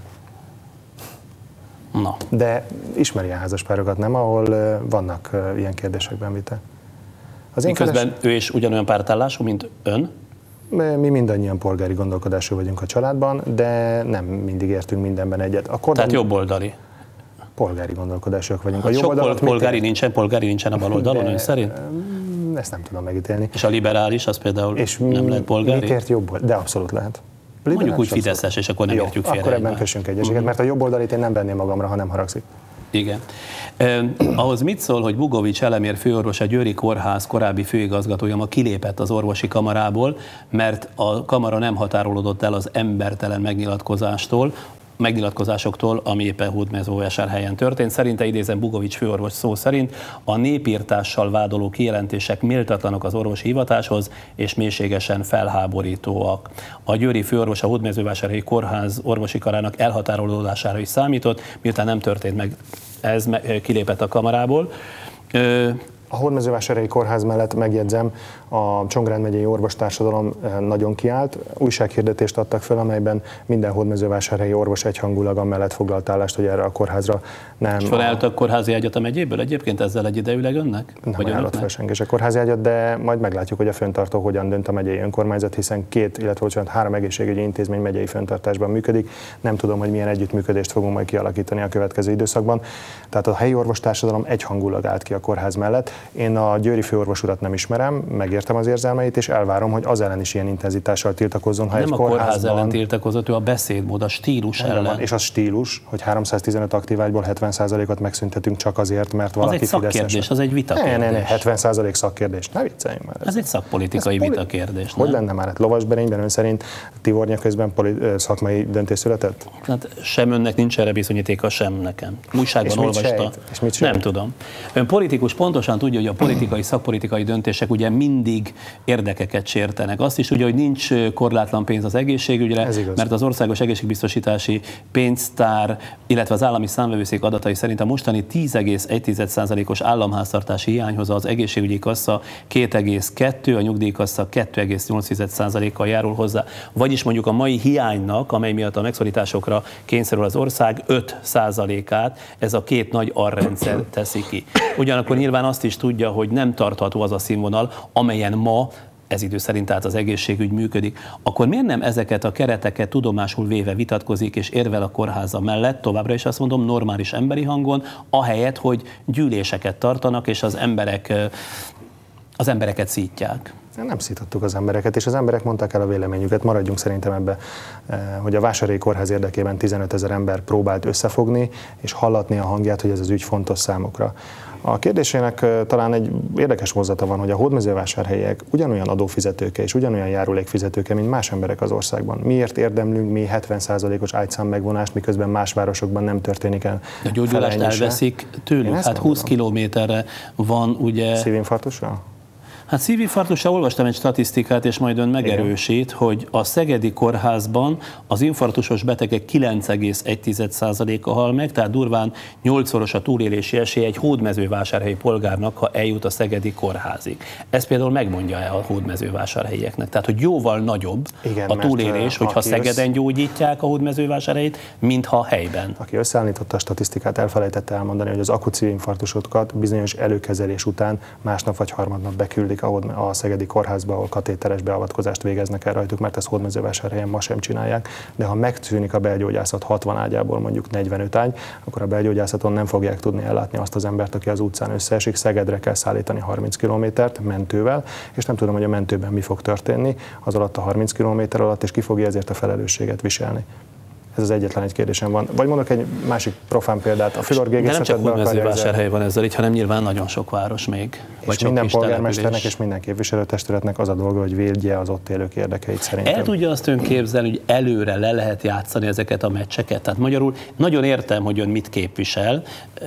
Na. De ismeri a házaspárokat, nem, ahol vannak ilyen kérdésekben vita. Az Miközben feles... ő is ugyanolyan pártállású, mint ön? Mi mindannyian polgári gondolkodású vagyunk a családban, de nem mindig értünk mindenben egyet. A kordon... Tehát jobboldali? Polgári gondolkodásúak vagyunk. Hát a sok pol- polgári nincsen, polgári nincsen a baloldalon, ön szerint? Ezt nem tudom megítélni. És a liberális, az például és nem lehet polgári? Mit ért jobb? De abszolút lehet. Liberális mondjuk úgy fideszes, és akkor nem jó, értjük félre. Akkor ebben kössünk egyeséget, uh-huh. mert a jobboldalit én nem venném magamra, ha nem haragszik. Igen. Eh, ahhoz mit szól, hogy Bugovics Elemér főorvos, a Győri Kórház korábbi főigazgatója ma kilépett az orvosi kamarából, mert a kamara nem határolódott el az embertelen megnyilatkozástól, megnyilatkozásoktól, ami éppen Hódmezővásárhelyen történt. Szerinte, idézem Bugovics főorvos szó szerint, a népírtással vádoló kijelentések méltatlanok az orvosi hivatáshoz, és mélységesen felháborítóak. A győri főorvos a Hódmezővásárhelyi Kórház orvosi karának elhatárolódására is számított, miután nem történt meg, ez kilépett a kamarából. A Hódmezővásárhelyi Kórház mellett megjegyzem, a Csongrád megyei orvostársadalom nagyon kiállt, újsághirdetést adtak fel, amelyben minden hódmezővásárhelyi orvos egyhangulag amellett foglalt állást, hogy erre a kórházra nem... És felállt a kórházi ágyat a megyéből egyébként ezzel egyidejűleg önnek? Nem ajánlott fel senki a kórházi ágyat, de majd meglátjuk, hogy a fenntartó hogyan dönt a megyei önkormányzat, hiszen két, illetve bocsánat, három egészségügyi intézmény megyei fenntartásban működik. Nem tudom, hogy milyen együttműködést fogunk majd kialakítani a következő időszakban. Tehát a helyi orvostársadalom egyhangulag állt ki a kórház mellett. Én a győri főorvos urat nem ismerem, megértem az érzelmeit, és elvárom, hogy az ellen is ilyen intenzitással tiltakozzon, ha nem egy a kórházban... kórház ellen tiltakozott, ő a beszédmód, a stílus ellen. Van, és az stílus, hogy háromszáztizenöt aktív ágyból hetven százalékot megszüntetünk csak azért, mert valaki fideszes. Az egy szakkérdés, az egy vitakérdés. Ne, ne, ne, hetven százalék szakkérdés. Ne vicceljünk már. Ez, ez egy szakpolitikai ez vitakérdés. Hogy lenne már? Hát Lovasberényben ön szerint Tivornya közben poli- szakmai döntés született? Hát sem önnek nincs erre bizonyítéka, sem nekem. Újságban olvasta. És mit nem tudom. Ön politikus pontosan tudja, hogy a politikai, szakpolitikai döntések ugye mindig érdekeket sértenek. Azt is ugye, hogy nincs korlátlan pénz az egészségügyre, mert az Országos Egészségbiztosítási Pénztár, illetve az állami számvevőszék adatai szerint a mostani tíz egész egy százalékos államháztartási hiányhoz az egészségügyi kassa két egész kettő, a nyugdíjkassa két egész nyolc százalékkal járul hozzá. Vagyis mondjuk a mai hiánynak, amely miatt a megszorításokra kényszerül az ország, öt százalékát ez a két nagy arrendszer teszi ki. Ugyanakkor nyilván azt is tudja, hogy nem tartható az a színvonal, amelyen ma ez idő szerint tehát az egészségügy működik, akkor miért nem ezeket a kereteket tudomásul véve vitatkozik és érvel a kórháza mellett, továbbra is azt mondom, normális emberi hangon, ahelyett, hogy gyűléseket tartanak és az emberek, az embereket szítják? Nem szítottuk az embereket, és az emberek mondták el a véleményüket. Maradjunk szerintem ebbe, hogy a Vásárhelyi Kórház érdekében tizenötezer ember próbált összefogni, és hallatni a hangját, hogy ez az ügy fontos számukra. A kérdésének talán egy érdekes mozzata van, hogy a hódmezővásárhelyiek ugyanolyan adófizetőke és ugyanolyan járulékfizetőke, mint más emberek az országban. Miért érdemlünk mi hetven százalékos ágyszám megvonást, miközben más városokban nem történik el? A gyógyulást elveszik tőlük, hát húsz kilométerre van ugye... Szívinfarktussal? Hát szívinfarktusra olvastam egy statisztikát, és majd ön megerősít, igen, hogy a Szegedi Kórházban az infarktusos betegek kilenc egész egy százaléka hal meg, tehát durván nyolcszoros a túlélési esély egy hódmezővásárhelyi polgárnak, ha eljut a Szegedi Kórházig. Ez például megmondja-e a hódmezővásárhelyieknek? Tehát, hogy jóval nagyobb igen, a túlélés, hogyha Szegeden össz... gyógyítják a hódmezővásárhelyit, mintha helyben. Aki összeállította a statisztikát, elfelejtette elmondani, hogy az akut szívinfarktusokat bizonyos előkezelés után másnap vagy harmadnap beküldik a Szegedi Kórházba, ahol katéteres beavatkozást végeznek el rajtuk, mert ezt Hódmezővásárhelyen ma sem csinálják, de ha megszűnik a belgyógyászat hatvan ágyából mondjuk negyvenöt ágy, akkor a belgyógyászaton nem fogják tudni ellátni azt az embert, aki az utcán összeesik, Szegedre kell szállítani harminc kilométert mentővel, és nem tudom, hogy a mentőben mi fog történni az alatt a harminc kilométer alatt, és ki fogja ezért a felelősséget viselni. Ez az egyetlen egy kérdésem van. Vagy mondok egy másik profán példát, a fülorgégészetet be akarja. De nem csak Hódmezővásárhely van ezzel így, hanem nyilván nagyon sok város még. És vagy minden polgármesternek és minden képviselőtestületnek az a dolga, hogy védje az ott élők érdekeit szerintem. El tudja azt ön képzelni, hogy előre le lehet játszani ezeket a meccseket? Tehát magyarul nagyon értem, hogy ön mit képvisel,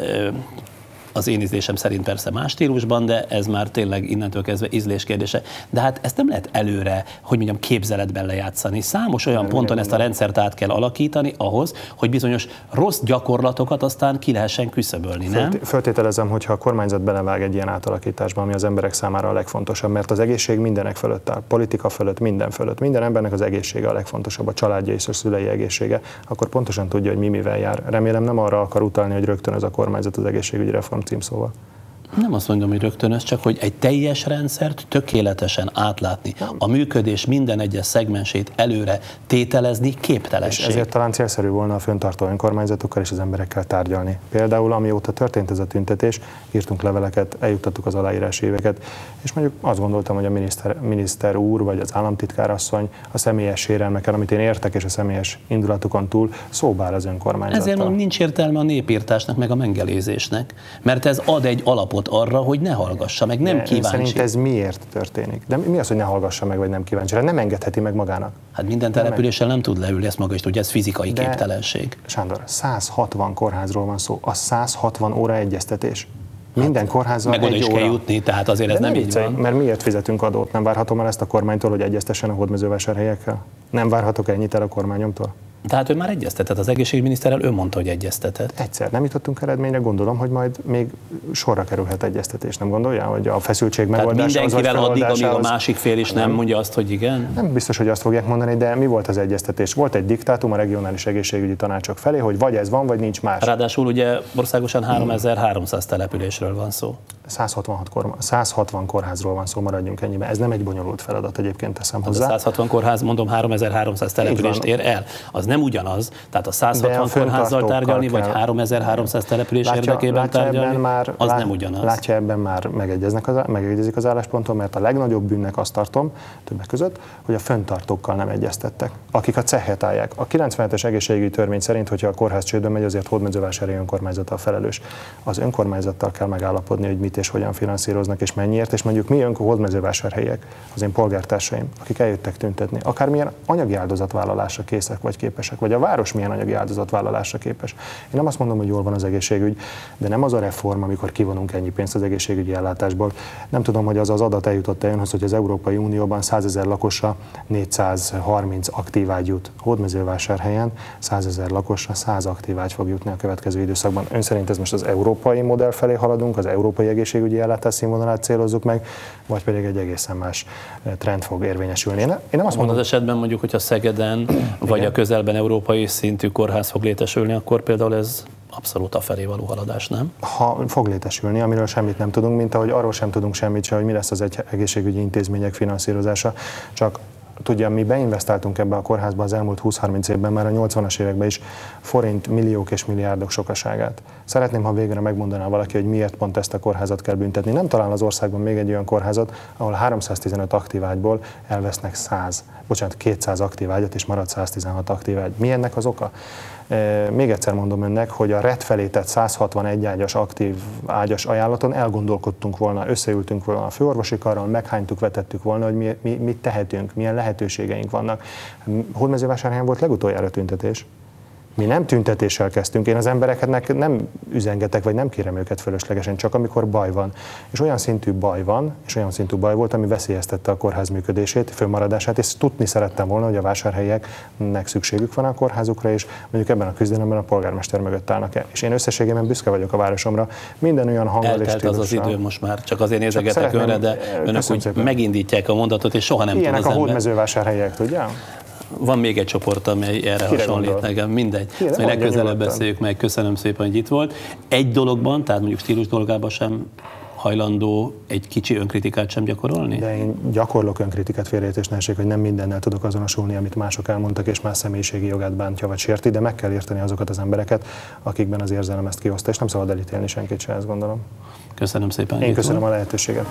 az én ízlésem szerint persze más stílusban, de ez már tényleg innentől kezdve ízlés kérdése. De hát ezt nem lehet előre, hogy mondjam, képzeletben lejátszani. Számos olyan ponton ezt a rendszert át kell alakítani ahhoz, hogy bizonyos rossz gyakorlatokat aztán ki lehessen küszöbölni, nem? Föltételezem, hogyha a kormányzat belevág egy ilyen átalakításba, ami az emberek számára a legfontosabb, mert az egészség mindenek fölött áll, politika fölött, minden fölött. Minden embernek az egészsége a legfontosabb, a családja és a szülei egészsége, akkor pontosan tudja, hogy mi mivel jár. Remélem nem arra akar utalni, hogy rögtön ez a kormányzat az egészségügyi reform címszóval. Nem azt mondom, hogy rögtön ez, csak hogy egy teljes rendszert tökéletesen átlátni, a működés minden egyes szegmensét előre tételezni képtelenség. És ezért talán célszerű volna a fenntartó önkormányzatokkal és az emberekkel tárgyalni. Például amióta történt ez a tüntetés, írtunk leveleket, eljuttattuk az aláírási éveket, és mondjuk azt gondoltam, hogy a miniszter, miniszter úr vagy az államtitkárasszony a személyes sérelmeken, amit én értek, és a személyes indulatukon túl szóba áll az önkormányzattal. Ezért mondom, nincs értelme a népírtásnak, meg a mengelézésnek, mert ez ad egy alapot arra, hogy ne hallgassa meg, nem kíváncsi. Szerint ez miért történik? De mi az, hogy ne hallgassa meg, vagy nem kíváncsi? Nem engedheti meg magának. Hát minden településsel nem tud leülni, ezt maga is tudja, ez fizikai de, képtelenség. Sándor, száz hatvan kórházról van szó, a száz hatvan óra egyeztetés. Minden hát, kórházzal meg oda egy is óra. kell jutni, tehát azért ez de nem így van. Mert miért fizetünk adót? Nem várhatom el ezt a kormánytól, hogy egyeztessen a hódmezővásárhelyekkel? Nem várhatok ennyit el a kormányomtól? Tehát ő már egyeztetett, az egészségügyminiszterrel, ő mondta, hogy egyeztetett. Egyszer nem jutottunk eredményre, gondolom, hogy majd még sorra kerülhet egyeztetés, nem gondolja, hogy a feszültség megoldása. Tehát mindenkivel addig, amíg a másik fél is nem, nem mondja azt, hogy igen? Nem biztos, hogy azt fogják mondani, de mi volt az egyeztetés? Volt egy diktátum a regionális egészségügyi tanácsok felé, hogy vagy ez van, vagy nincs más. Ráadásul ugye országosan háromezer-háromszáz településről van szó. száz hatvanhat korma, száz hatvan kórházról van szó, maradjunk ennyiben. Ez nem egy bonyolult feladat, egyébként teszem hozzá. A száz hatvan kórház, mondom, háromezer-háromszáz települést ér el. Az nem ugyanaz, tehát a száz hatvan kórházzal tárgyalni, vagy háromezer-háromszáz település látja, érdekében látja tárgyalni, már, az lát, nem ugyanaz. Látja, ebben már megegyeznek az, megegyezik az állásponton, mert a legnagyobb bűnnek azt tartom, többek között, hogy a fenntartókkal nem egyeztettek, akik a cehet állják. A kilencvenhetes egészségügyi törvény szerint, hogyha a kórház csődbe megy, azért Hódmezővásárhelyi önkormányzata a felelős. Az önkormányzattal kell megállapodni, hogy mit és hogyan finanszíroznak és mennyiért, és mondjuk mi önk Hódmezővásárhelyiek, az én polgártársaim, akik eljöttek tüntetni, akármilyen anyagi áldozatvállalásra készek vagy képesek, vagy a város milyen anyagi áldozatvállalásra képes. Én nem azt mondom, hogy jól van az egészségügy, de nem az a reform, amikor kivonunk ennyi pénzt az egészségügyi ellátásból. Nem tudom, hogy az az adat eljutott-e önhöz, hogy az Európai Unióban százezer lakosra négyszázharminc aktív ágy jut. Hódmezővásárhelyen százezer lakosra száz aktív ágy fog jutni a következő időszakban. Ön szerint ez most az európai modell felé haladunk, az európai egészségügyi ellátás színvonalát célozzuk meg, vagy pedig egy egészen más trend fog érvényesülni? Én nem azt mondom, az esetben mondjuk, hogyha Szegeden vagy igen. a közelben európai szintű kórház fog létesülni, akkor például ez abszolút afelé való haladás, nem? Ha fog létesülni, amiről semmit nem tudunk, mint ahogy arról sem tudunk semmit se, hogy mi lesz az egy egészségügyi intézmények finanszírozása, csak tudja, mi beinvestáltunk ebbe a kórházba az elmúlt húsz-harminc évben, már a nyolcvanas években is forint milliók és milliárdok sokaságát. Szeretném, ha végre megmondaná valaki, hogy miért pont ezt a kórházat kell büntetni. Nem talál az országban még egy olyan kórházat, ahol háromszáztizenöt aktív ágyból elvesznek száz, bocsánat, kétszáz aktív ágyat, és marad száztizenhat aktív ágy. Mi ennek az oka? E, még egyszer mondom önnek, hogy a RET felé tett száz hatvanegy ágyas aktív ágyas ajánlaton elgondolkodtunk volna, összeültünk volna a főorvosi karral, meghánytuk, vetettük volna, hogy mi, mi, mit tehetünk, milyen lehetőségeink vannak. Hódmezővásárhelyen volt legutoljára tüntetés. Mi nem tüntetéssel kezdtünk, én az embereknek nem üzengetek, vagy nem kérem őket fölöslegesen, csak amikor baj van. És olyan szintű baj van, és olyan szintű baj volt, ami veszélyeztette a kórház működését, fönnmaradását, és tudni szerettem volna, hogy a vásárhelyieknek szükségük van a kórházukra, és mondjuk ebben a küzdelemben a polgármester mögött állnak el. És én összességében büszke vagyok a városomra, minden olyan hanggal és stílusra. Az az idő most már, csak azért nézegetek önre, de önök úgy megindítják a mondatot, és soha nem tud az ember. Ilyenek a hódmezővásárhelyiek, tudja? Van még egy csoport, amely erre Kire hasonlít gondol? nekem, mindegy. Ezt még legközelebb beszéljük meg, köszönöm szépen, hogy itt volt. Egy dologban, tehát mondjuk stílus dolgában sem hajlandó egy kicsi önkritikát sem gyakorolni? De én gyakorlok önkritikát, félreértés ne essék, hogy nem mindennel tudok azonosulni, amit mások elmondtak, és más személyiségi jogát bántja vagy sérti, de meg kell érteni azokat az embereket, akikben az érzelem ezt kioszta, és nem szabad elítélni senkit se, ezt gondolom. Köszönöm szépen. Én köszönöm a lehetőséget.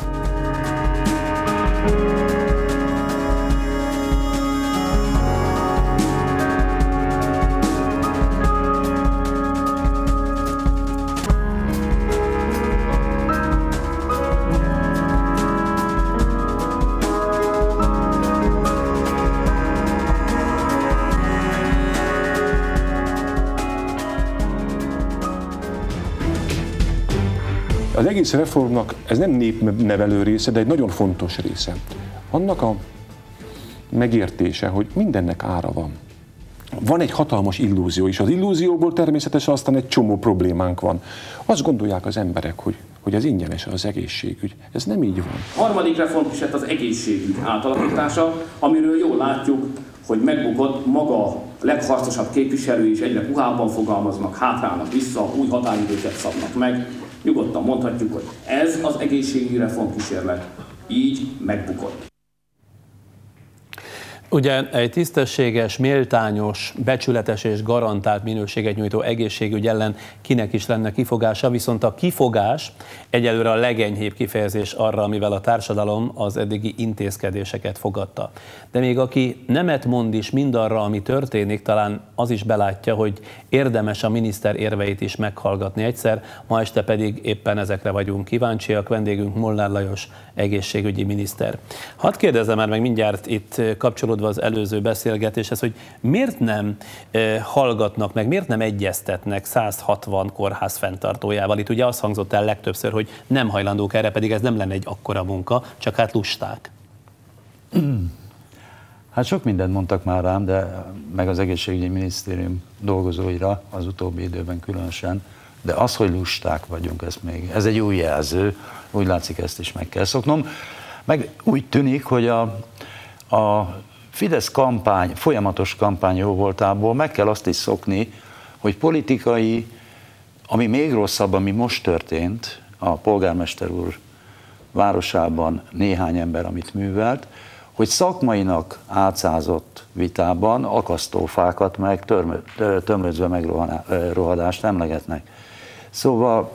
Az egész reformnak ez nem népnevelő része, de egy nagyon fontos része. Annak a megértése, hogy mindennek ára van. Van egy hatalmas illúzió, és az illúzióból természetesen aztán egy csomó problémánk van. Azt gondolják az emberek, hogy, hogy ez ingyenes az egészségügy. Ez nem így van. A harmadik reformkísérlet az egészségügy átalakítása, amiről jól látjuk, hogy megbukott maga a legharcosabb képviselői is egyre puhábban fogalmaznak, hátrálnak vissza, új határidőket szabnak meg. Nyugodtan mondhatjuk, hogy ez az egészségügyi reformkísérlet így megbukott. Ugye egy tisztességes, méltányos, becsületes és garantált minőséget nyújtó egészségügy ellen kinek is lenne kifogása, viszont a kifogás egyelőre a legenyhébb kifejezés arra, amivel a társadalom az eddigi intézkedéseket fogadta. De még aki nemet mond is mindarra, ami történik, talán az is belátja, hogy érdemes a miniszter érveit is meghallgatni egyszer, ma este pedig éppen ezekre vagyunk kíváncsiak. Vendégünk Molnár Lajos egészségügyi miniszter. Hadd kérdezzem már meg mindjárt itt kapcsolódva az előző beszélgetéshez, hogy miért nem eh, hallgatnak meg, miért nem egyeztetnek száz hatvan kórház fenntartójával? Itt ugye az hangzott el legtöbbször, hogy nem hajlandók erre, pedig ez nem lenne egy akkora munka, csak hát lusták. Hát sok mindent mondtak már rám, de meg az egészségügyi minisztérium dolgozóira az utóbbi időben különösen, de az, hogy lusták vagyunk, ez még, ez egy új jelző, úgy látszik, ezt is meg kell szoknom. Meg úgy tűnik, hogy a, a Fidesz kampány, folyamatos kampány jó voltából meg kell azt is szokni, hogy politikai, ami még rosszabb, ami most történt, a polgármester úr városában néhány ember, amit művelt, hogy szakmainak átszázott vitában akasztófákat meg tömlözve megrohadást emlegetnek. Szóval,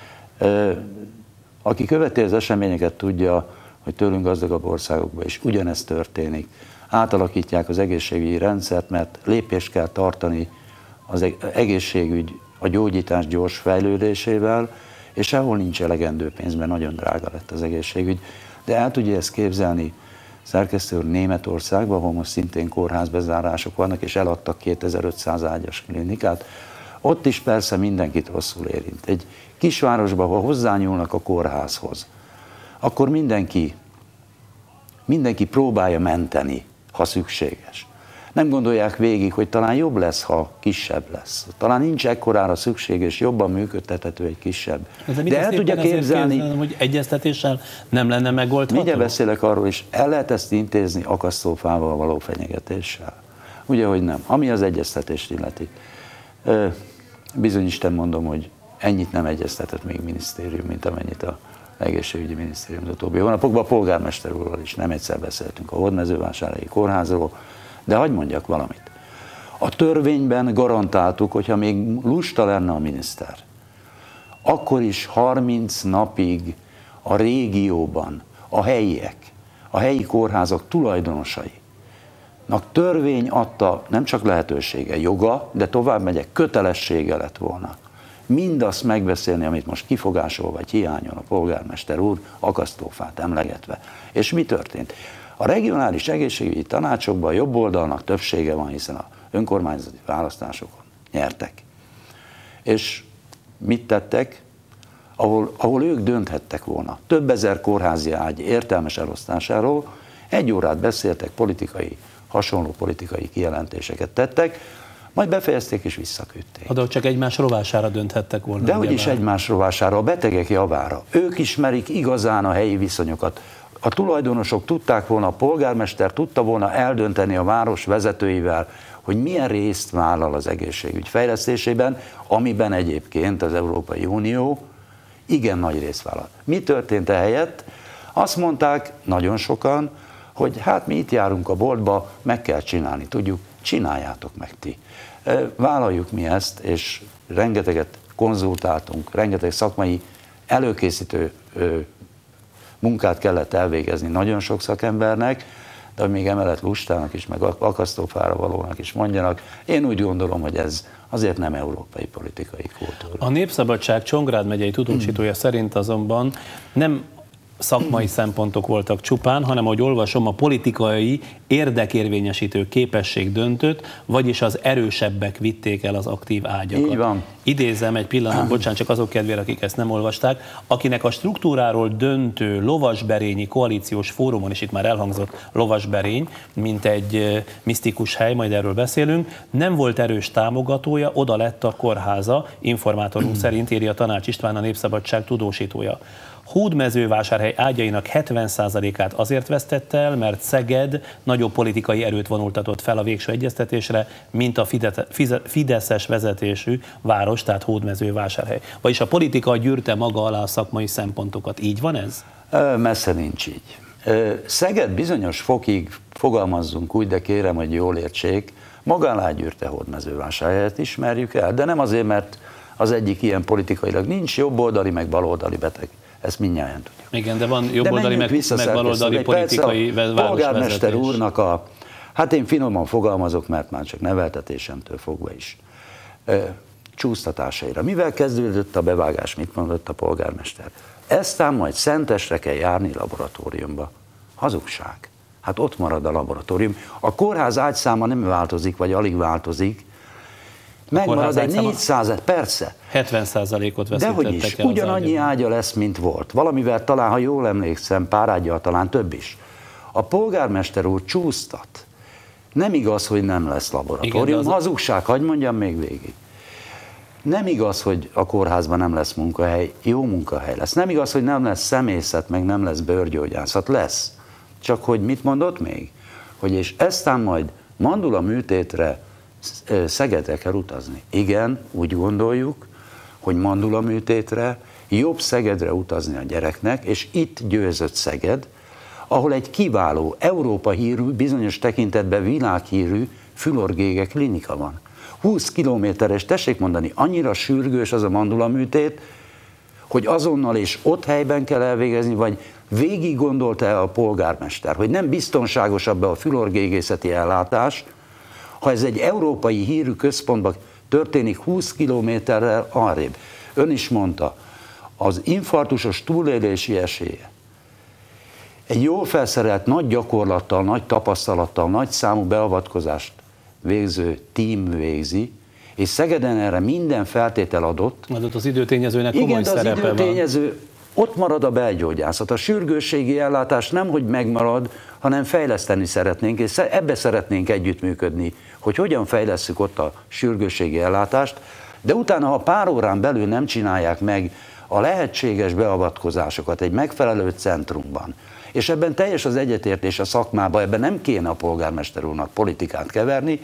aki követi az eseményeket, tudja, hogy tőlünk gazdagabb országokban is ugyanezt történik. Átalakítják az egészségügyi rendszert, mert lépést kell tartani az egészségügy, a gyógyítás gyors fejlődésével, és sehol nincs elegendő pénz, mert nagyon drága lett az egészségügy. De el tudja ezt képzelni szerkesztő úr Németországban, ahol most szintén kórházbezárások vannak, és eladtak kétezer-ötszáz ágyas klinikát. Ott is persze mindenkit rosszul érint. Egy kisvárosban, ha hozzányúlnak a kórházhoz, akkor mindenki, mindenki próbálja menteni, ha szükséges. Nem gondolják végig, hogy talán jobb lesz, ha kisebb lesz. Talán nincs ekkorára szükség, és jobban működtethető egy kisebb. De, De el tudja képzelni, képzelni, hogy egyeztetéssel nem lenne megoldható? Mindjárt beszélek arról is, el lehet ezt intézni akasztófával való fenyegetéssel. Ugye, hogy nem. Ami az egyeztetést illeti. Bizony Isten mondom, hogy ennyit nem egyeztetett még minisztérium, mint amennyit a egészségügyi minisztérium az utóbbi hónapokban. A polgármester úrral is nem egyszer beszéltünk a Hódmezővásárhelyi kórházról, de hadd mondjak valamit. A törvényben garantáltuk, hogyha még lusta lenne a miniszter, akkor is harminc napig a régióban a helyiek, a helyi kórházak tulajdonosainak törvény adta nem csak lehetősége, joga, de tovább megyek, kötelessége lett volna mindazt megbeszélni, amit most kifogásol vagy hiányol a polgármester úr, akasztófát emlegetve. És mi történt? A regionális egészségügyi tanácsokban a jobb oldalnak többsége van, hiszen a önkormányzati választásokon nyertek. És mit tettek? Ahol, ahol ők dönthettek volna. Több ezer kórházi ágy értelmes elosztásáról, egy órát beszéltek, politikai, hasonló politikai kijelentéseket tettek, majd befejezték és visszaküldték. De csak egymás rovására dönthettek volna. Dehogy is egymás rovására, a betegek javára. Ők ismerik igazán a helyi viszonyokat. A tulajdonosok tudták volna, a polgármester tudta volna eldönteni a város vezetőivel, hogy milyen részt vállal az egészségügy fejlesztésében, amiben egyébként az Európai Unió igen nagy részt vállal. Mi történt ehelyett? Azt mondták nagyon sokan, hogy hát mi itt járunk a boltba, meg kell csinálni, tudjuk, csináljátok meg ti. Vállaljuk mi ezt, és rengeteget konzultáltunk, rengeteg szakmai előkészítő munkát kellett elvégezni nagyon sok szakembernek, de még emellett lustának is, meg akasztófára valónak is mondjanak. Én úgy gondolom, hogy ez azért nem európai politikai kultúra. A Népszabadság Csongrád megyei tudósítója szerint azonban nem szakmai szempontok voltak csupán, hanem ahogy olvasom, a politikai érdekérvényesítő képesség döntött, vagyis az erősebbek vitték el az aktív ágyakat. Így van. Idézem egy pillanat, bocsánat, csak azok kedvére, akik ezt nem olvasták, akinek a struktúráról döntő lovasberényi koalíciós fórumon, és itt már elhangzott lovasberény, mint egy misztikus hely, majd erről beszélünk, nem volt erős támogatója, oda lett a kórháza, informátorunk szerint írja Tanács István, a Népszabadság tudósítója. Hódmezővásárhely ágyainak hetven százalékát azért vesztette el, mert Szeged nagyobb politikai erőt vonultatott fel a végső egyeztetésre, mint a fideszes vezetésű város, tehát Hódmezővásárhely. Vagyis a politika gyűrte maga alá a szakmai szempontokat. Így van ez? Messze nincs így. Szeged bizonyos fokig, fogalmazzunk úgy, de kérem, hogy jól értsék, maga alá gyűrte Hódmezővásárhelyet, ismerjük el, de nem azért, mert az egyik ilyen politikailag nincs jobboldali, meg baloldali beteg. Ezt mindnyáján tudjuk. Igen, de van jobboldali, meg, meg baloldali politikai városvezetés. Polgármester úrnak a, hát én finoman fogalmazok, mert már csak neveltetésemtől fogva is, ö, csúsztatásaira. Mivel kezdődött a bevágás, mit mondott a polgármester? Eztán majd Szentesre kell járni laboratóriumba. Hazugság. Hát ott marad a laboratórium. A kórház ágyszáma nem változik, vagy alig változik, megmarad egy négyszáz, persze. hetven százalékot veszítettek el. Dehogy is, ugyanannyi ágya lesz, mint volt. Valamivel talán, ha jól emlékszem, pár ágyal talán több is. A polgármester úr csúsztat. Nem igaz, hogy nem lesz laboratórium. Igen, az... Hazugság, hadd mondjam még végig. Nem igaz, hogy a kórházban nem lesz munkahely, jó munkahely lesz. Nem igaz, hogy nem lesz személyzet, meg nem lesz bőrgyógyászat. Lesz. Csak hogy mit mondott még? Hogy és eztán majd mandula műtétre Szegedre kell utazni. Igen, úgy gondoljuk, hogy mandula műtétre jobb Szegedre utazni a gyereknek, és itt győzött Szeged, ahol egy kiváló, Európa hírű, bizonyos tekintetben világhírű fülorgége klinika van. húsz kilométeres, tessék mondani, annyira sürgős az a mandula műtét, hogy azonnal és ott helyben kell elvégezni, vagy végig gondolta-e a polgármester, hogy nem biztonságosabb a fülorgégészeti ellátás, ha ez egy európai hírű központban történik húsz kilométerrel arrébb. Ön is mondta, az infarktusos túlélési esélye egy jól felszerelt, nagy gyakorlattal, nagy tapasztalattal, nagy számú beavatkozást végző tím végzi, és Szegeden erre minden feltétel adott. Adott az időtényezőnek komoly szerepe van. Igen, az időtényező, ott marad a belgyógyászat. A sürgősségi ellátás nem, hogy megmarad, hanem fejleszteni szeretnénk, és ebbe szeretnénk együttműködni, hogy hogyan fejlesszük ott a sürgősségi ellátást, de utána, ha pár órán belül nem csinálják meg a lehetséges beavatkozásokat egy megfelelő centrumban, és ebben teljes az egyetértés a szakmában, ebben nem kéne a polgármester úrnak politikát keverni,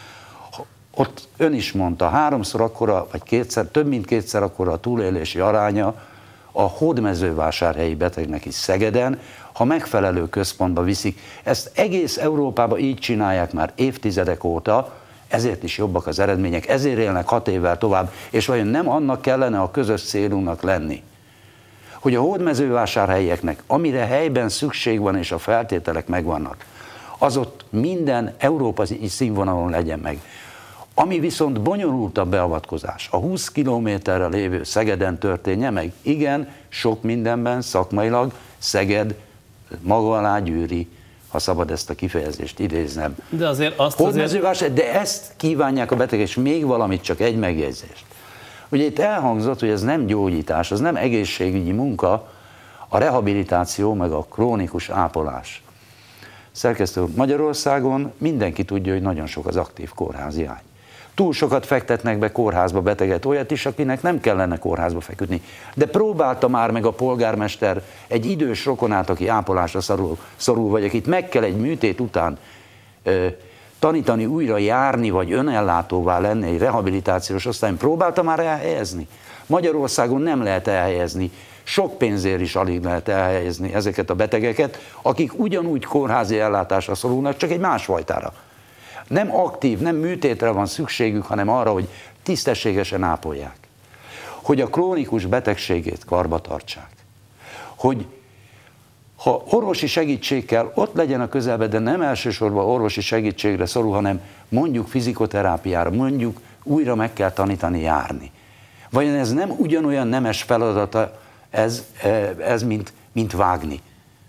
ott ön is mondta, háromszor akkora, vagy kétszer, több mint kétszer akkora a túlélési aránya a hódmezővásárhelyi betegnek is Szegeden, ha megfelelő központba viszik. Ezt egész Európában így csinálják már évtizedek óta, ezért is jobbak az eredmények, ezért élnek hat évvel tovább, és vajon nem annak kellene a közös célunknak lenni, hogy a hódmezővásárhelyieknek, amire helyben szükség van és a feltételek megvannak, az ott minden európai színvonalon legyen meg. Ami viszont bonyolultabb beavatkozás, a húsz kilométerre lévő Szegeden történje meg. Igen, sok mindenben szakmailag Szeged maga alá gyűri, ha szabad ezt a kifejezést idéznem. De azért azt azért... De ezt kívánják a betegek, és még valamit, csak egy megjegyzést. Ugye itt elhangzott, hogy ez nem gyógyítás, az nem egészségügyi munka, a rehabilitáció meg a krónikus ápolás. Szerkesztő, Magyarországon mindenki tudja, hogy nagyon sok az aktív kórházi ágy. Túl sokat fektetnek be kórházba beteget, olyat is, akinek nem kellene kórházba feküdni. De próbálta már meg a polgármester egy idős rokonát, aki ápolásra szorul, szorul vagy akit meg kell egy műtét után ö, tanítani, újra járni, vagy önellátóvá lenni egy rehabilitációs osztályon, próbálta már elhelyezni? Magyarországon nem lehet elhelyezni, sok pénzért is alig lehet elhelyezni ezeket a betegeket, akik ugyanúgy kórházi ellátásra szorulnak, csak egy másfajtára. Nem aktív, nem műtétre van szükségük, hanem arra, hogy tisztességesen ápolják. Hogy a krónikus betegségét karba tartsák. Hogy ha orvosi segítség kell, ott legyen a közelben, de nem elsősorban orvosi segítségre szorul, hanem mondjuk fizikoterápiára, mondjuk újra meg kell tanítani járni. Vajon ez nem ugyanolyan nemes feladata ez, ez mint mint vágni.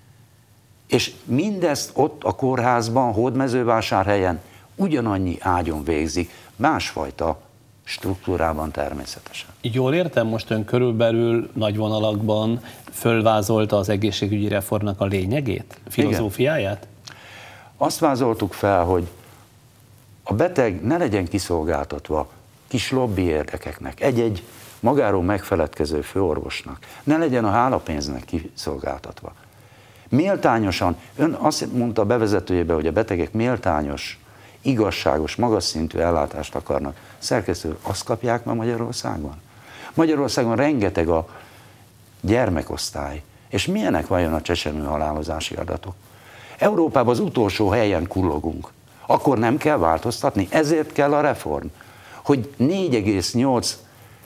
És mindezt ott a kórházban, Hódmezővásárhelyen ugyanannyi ágyon végzik, másfajta struktúrában természetesen. Jól értem, most ön körülbelül nagy vonalakban fölvázolta az egészségügyi reformnak a lényegét, filozófiáját? Igen. Azt vázoltuk fel, hogy a beteg ne legyen kiszolgáltatva kis lobby érdekeknek, egy-egy magáról megfeledkező főorvosnak, ne legyen a hálapénznek kiszolgáltatva. Méltányosan, ön azt mondta a bevezetőjében, hogy a betegek méltányos, igazságos, magas szintű ellátást akarnak. Szerkesztő, azt kapják ma Magyarországon? Magyarországon rengeteg a gyermekosztály. És milyenek vajon a csecsemő halálozási adatok? Európában az utolsó helyen kullogunk. Akkor nem kell változtatni? Ezért kell a reform. Hogy négy egész nyolc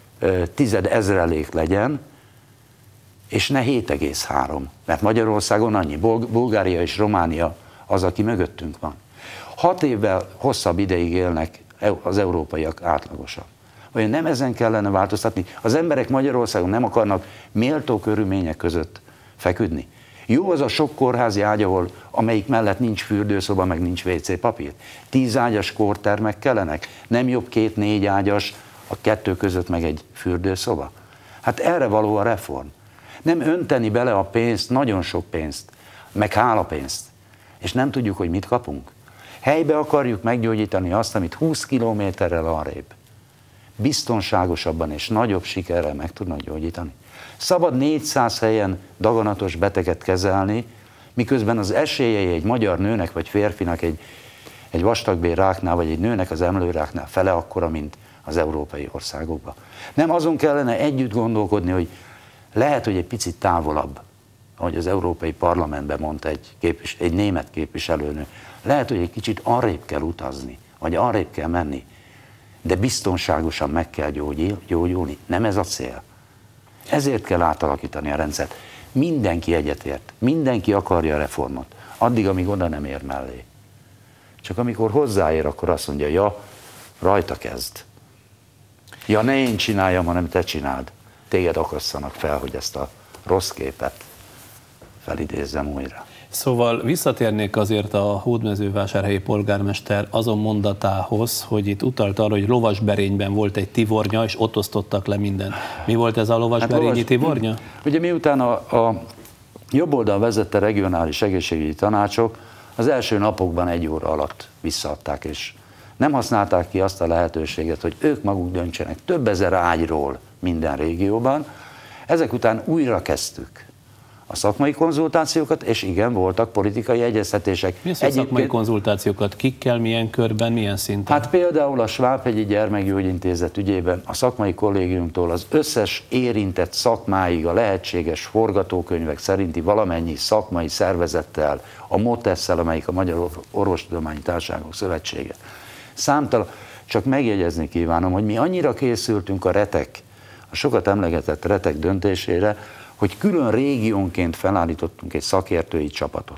ezrelék legyen, és ne hét egész három. Mert Magyarországon annyi. Bulgária és Románia az, aki mögöttünk van. Hat évvel hosszabb ideig élnek az európaiak átlagosan. Vagy nem ezen kellene változtatni? Az emberek Magyarországon nem akarnak méltó körülmények között feküdni. Jó az a sok kórházi ágy, ahol, amelyik mellett nincs fürdőszoba, meg nincs vé cé papír. Tíz ágyas kórtermek kellenek. Nem jobb két-négy ágyas, a kettő között meg egy fürdőszoba. Hát erre való a reform. Nem önteni bele a pénzt, nagyon sok pénzt, meg hálapénzt, és nem tudjuk, hogy mit kapunk. Helybe akarjuk meggyógyítani azt, amit húsz kilométerrel arrébb biztonságosabban és nagyobb sikerrel meg tudnak gyógyítani. Szabad négyszáz helyen daganatos beteget kezelni, miközben az esélyei egy magyar nőnek vagy férfinak egy, egy vastagbél ráknál, vagy egy nőnek az emlőráknál fele akkora, mint az európai országokban. Nem azon kellene együtt gondolkodni, hogy lehet, hogy egy picit távolabb, ahogy az Európai Parlamentben mondta egy, képvis, egy német képviselőnő, lehet, hogy egy kicsit arrébb kell utazni, vagy arrébb kell menni, de biztonságosan meg kell gyógyulni. Nem ez a cél. Ezért kell átalakítani a rendszert. Mindenki egyetért, mindenki akarja a reformot, addig, amíg oda nem ér mellé. Csak amikor hozzáér, akkor azt mondja, ja, rajta kezd. Ja, ne én csináljam, hanem te csináld. Téged akasszanak fel, hogy ezt a rossz képet felidézzem újra. Szóval visszatérnék azért a hódmezővásárhelyi polgármester azon mondatához, hogy itt utalt arra, hogy lovasberényben volt egy tivornya, és ott osztottak le mindent. Mi volt ez a lovasberényi hát lovas... tivornya? Ugye miután a, a jobb oldal vezette regionális egészségügyi tanácsok, az első napokban egy óra alatt visszaadták, és nem használták ki azt a lehetőséget, hogy ők maguk döntsenek több ezer ágyról minden régióban. Ezek után újra kezdtük a szakmai konzultációkat, és igen, voltak politikai egyeztetések. Mi az, a szakmai konzultációkat? Kikkel, milyen körben, milyen szinten? Hát például a Svábhegyi Gyermekgyógyintézet ügyében a szakmai kollégiumtól az összes érintett szakmáig a lehetséges forgatókönyvek szerinti valamennyi szakmai szervezettel, a MOTESZ-szel, amelyik a Magyar Orvostudományi Társaságok Szövetsége. Számtalan, csak megjegyezni kívánom, hogy mi annyira készültünk a retek, a sokat emlegetett retek döntésére, hogy külön régiónként felállítottunk egy szakértői csapatot,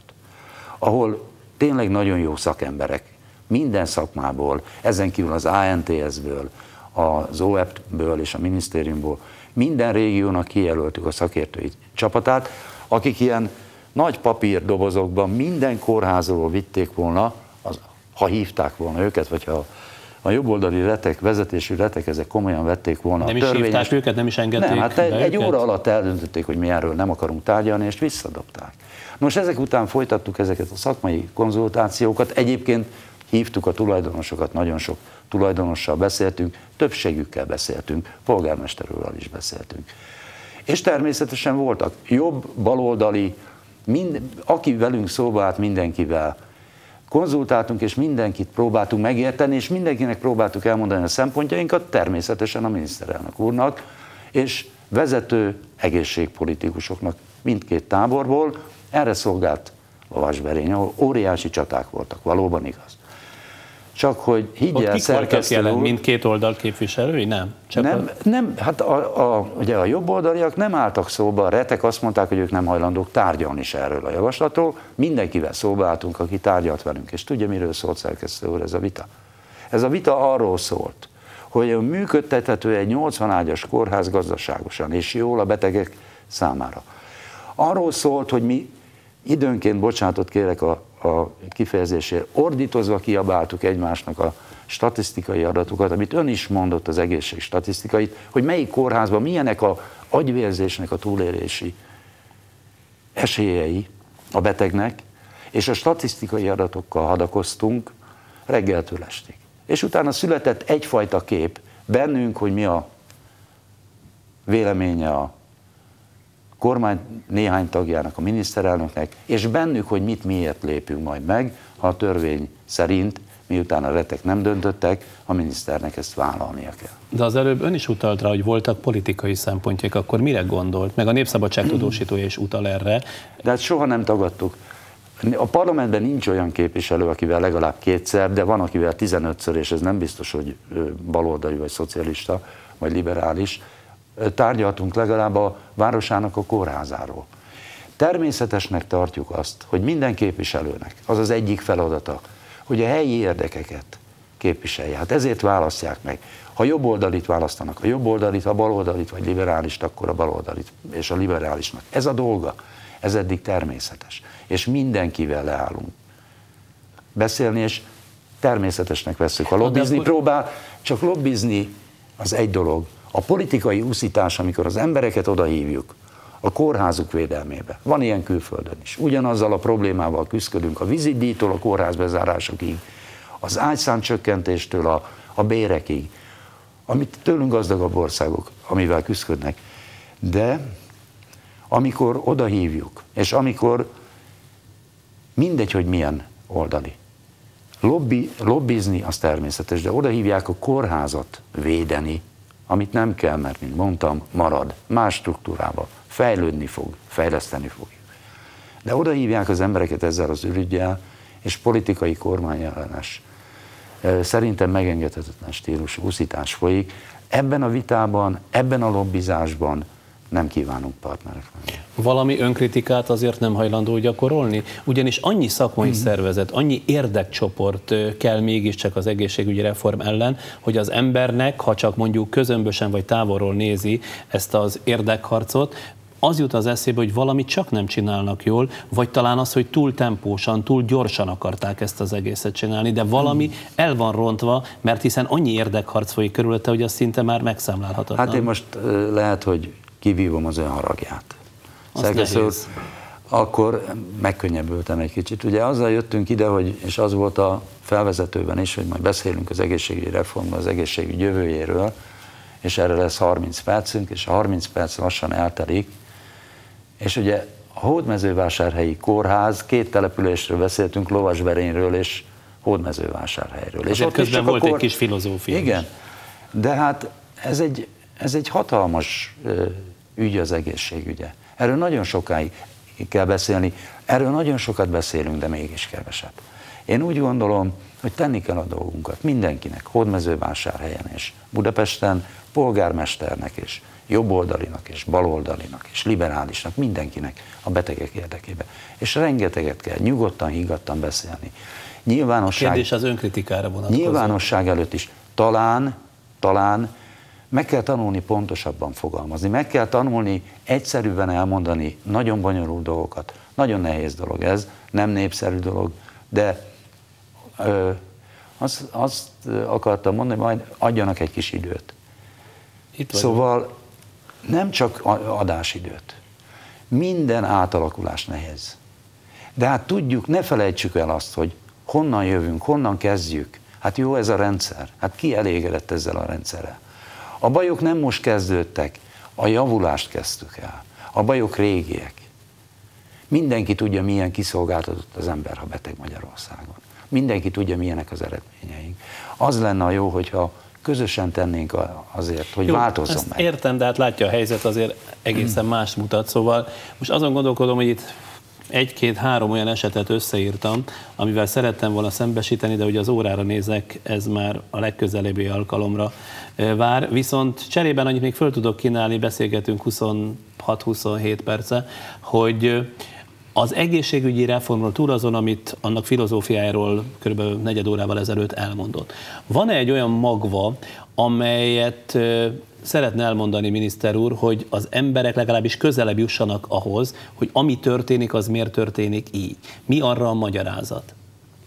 ahol tényleg nagyon jó szakemberek, minden szakmából, ezen kívül az á en té es-ből, az o e pé-ből és a minisztériumból, minden régiónak kijelöltük a szakértői csapatát, akik ilyen nagy papírdobozokban minden kórházról vitték volna, az, ha hívták volna őket, vagy ha a jobboldali retek, vezetésű retek, ezek komolyan vették volna. Nem is hívták őket, nem is engedték. Nem, hát egy, egy őket? óra alatt eldöntötték, hogy mi erről nem akarunk tárgyalni, és visszadobták. Nos, ezek után folytattuk ezeket a szakmai konzultációkat. Egyébként hívtuk a tulajdonosokat, nagyon sok tulajdonossal beszéltünk, többségükkel beszéltünk, polgármester úrral is beszéltünk. És természetesen voltak jobb, baloldali, mind, aki velünk szóba állt, mindenkivel konzultáltunk, és mindenkit próbáltunk megérteni, és mindenkinek próbáltuk elmondani a szempontjainkat, természetesen a miniszterelnök úrnak, és vezető egészségpolitikusoknak mindkét táborból. Erre szolgált Lovasberény, ahol óriási csaták voltak, valóban igaz. Csak hogy higgyel, szerkesztő úr... mindkét oldal képviselői? Nem? Csak nem, a... nem, hát a, a, ugye a jobboldaliak nem álltak szóba, a retek azt mondták, hogy ők nem hajlandók tárgyalni is erről a javaslatról. Mindenkivel szóba álltunk, aki tárgyalt velünk. És tudja, miről szólt, szerkesztő úr, ez a vita? Ez a vita arról szólt, hogy működtethető egy nyolcvan ágyas kórház gazdaságosan és jól a betegek számára. Arról szólt, hogy mi időnként, bocsánatot kérek a, a kifejezésért, ordítozva kiabáltuk egymásnak a statisztikai adatokat, amit ön is mondott, az egészség statisztikait, hogy melyik kórházban milyenek a agyvérzésnek a túlélési esélyei a betegnek, és a statisztikai adatokkal hadakoztunk reggeltől estig. És utána született egyfajta kép bennünk, hogy mi a véleménye a kormány néhány tagjának, a miniszterelnöknek, és bennük, hogy mit miért lépünk majd meg, ha a törvény szerint, miután a retek nem döntöttek, a miniszternek ezt vállalnia kell. De az előbb ön is utalt rá, hogy voltak politikai szempontjai, akkor mire gondolt? Meg a Népszabadság tudósítója is utal erre. De hát soha nem tagadtuk. A parlamentben nincs olyan képviselő, akivel legalább kétszer, de van, akivel tizenötször, és ez nem biztos, hogy baloldali, vagy szocialista, vagy liberális, tárgyaltunk legalább a városának a kórházáról. Természetesnek tartjuk azt, hogy minden képviselőnek az az egyik feladata, hogy a helyi érdekeket képviselje. Hát ezért választják meg. Ha jobboldalit választanak, a jobboldalit, ha baloldalit vagy liberálist, akkor a baloldalit és a liberálisnak. Ez a dolga. Ez eddig természetes. És mindenkivel leállunk beszélni, és természetesnek vesszük. Ha lobbizni próbál, csak lobbizni az egy dolog. A politikai úszítás, amikor az embereket odahívjuk a kórházuk védelmébe. Van ilyen külföldön is. Ugyanazzal a problémával küzdködünk a vizitdíjtól a kórház bezárásokig, az ágyszám csökkentéstől a, a bérekig, amit tőlünk gazdagabb országok, amivel küzdködnek. De amikor odahívjuk, és amikor mindegy, hogy milyen oldali, lobby, lobbizni az természetes, de odahívják a kórházat védeni, amit nem kell, mert, mint mondtam, marad más struktúrába, fejlődni fog, fejleszteni fogjuk. De odahívják az embereket ezzel az ürüggyel, és politikai kormányellenes, szerintem megengedhetetlen stílusú úszítás folyik. Ebben a vitában, ebben a lobbizásban nem kívánunk partnerek lenni. Valami önkritikát azért nem hajlandó gyakorolni? Ugyanis annyi szakmai mm. szervezet, annyi érdekcsoport kell mégiscsak az egészségügyi reform ellen, hogy az embernek, ha csak mondjuk közömbösen vagy távolról nézi ezt az érdekharcot, az jut az eszébe, hogy valamit csak nem csinálnak jól, vagy talán az, hogy túl tempósan, túl gyorsan akarták ezt az egészet csinálni, de valami el van rontva, mert hiszen annyi érdekharc folyik körülötte, hogy az szinte már megszámlálhatatlan. Hát én most lehet, hogy kivívom az ön haragját. Szerkesztő, akkor megkönnyebbültem egy kicsit. Ugye azzal jöttünk ide, hogy, és az volt a felvezetőben is, hogy majd beszélünk az egészségügyi reformban, az egészségügy jövőjéről, és erre lesz harminc percünk, és a harminc perc lassan eltelik. És ugye a Hódmezővásárhelyi Kórház, két településről beszéltünk, Lovasberényről és Hódmezővásárhelyről. És ott közben volt egy kis filozófia. Igen, is. De hát ez egy, ez egy hatalmas ügy az egészségügye. Erről nagyon sokáig kell beszélni, erről nagyon sokat beszélünk, de mégis keveset. Én úgy gondolom, hogy tenni kell a dolgunkat mindenkinek, Hódmezővásárhelyen és Budapesten, polgármesternek és jobboldalinak és baloldalinak és liberálisnak, mindenkinek a betegek érdekében. És rengeteget kell nyugodtan, higgadtan beszélni. Nyilvánosság, kérdés az önkritikára vonatkozó. Nyilvánosság előtt is. Talán, talán meg kell tanulni pontosabban fogalmazni, meg kell tanulni egyszerűen elmondani nagyon bonyolult dolgokat. Nagyon nehéz dolog ez, nem népszerű dolog, de ö, azt, azt akartam mondani, majd adjanak egy kis időt. Itt szóval nem csak adásidőt. Minden átalakulás nehéz. De hát tudjuk, ne felejtsük el azt, hogy honnan jövünk, honnan kezdjük. Hát jó ez a rendszer. Hát ki elégedett ezzel a rendszerrel? A bajok nem most kezdődtek, a javulást kezdtük el. A bajok régiek. Mindenki tudja, milyen kiszolgáltatott az ember, ha beteg Magyarországon. Mindenki tudja, milyenek az eredményeink. Az lenne a jó, hogyha közösen tennénk azért, hogy jó, változzon ezt meg. Értem, de hát látja, a helyzet azért egészen más mutat. Szóval most azon gondolkodom, hogy itt egy-két-három olyan esetet összeírtam, amivel szerettem volna szembesíteni, de ugye az órára nézek, ez már a legközelebbi alkalomra vár. Viszont cserében annyit még föl tudok kínálni, beszélgetünk huszonhat-huszonhét perce, hogy az egészségügyi reformról túl azon, amit annak filozófiájáról kb. negyed órával ezelőtt elmondott. Van-e egy olyan magva, amelyet szeretne elmondani, miniszter úr, hogy az emberek legalábbis közelebb jussanak ahhoz, hogy ami történik, az miért történik így? Mi arra a magyarázat?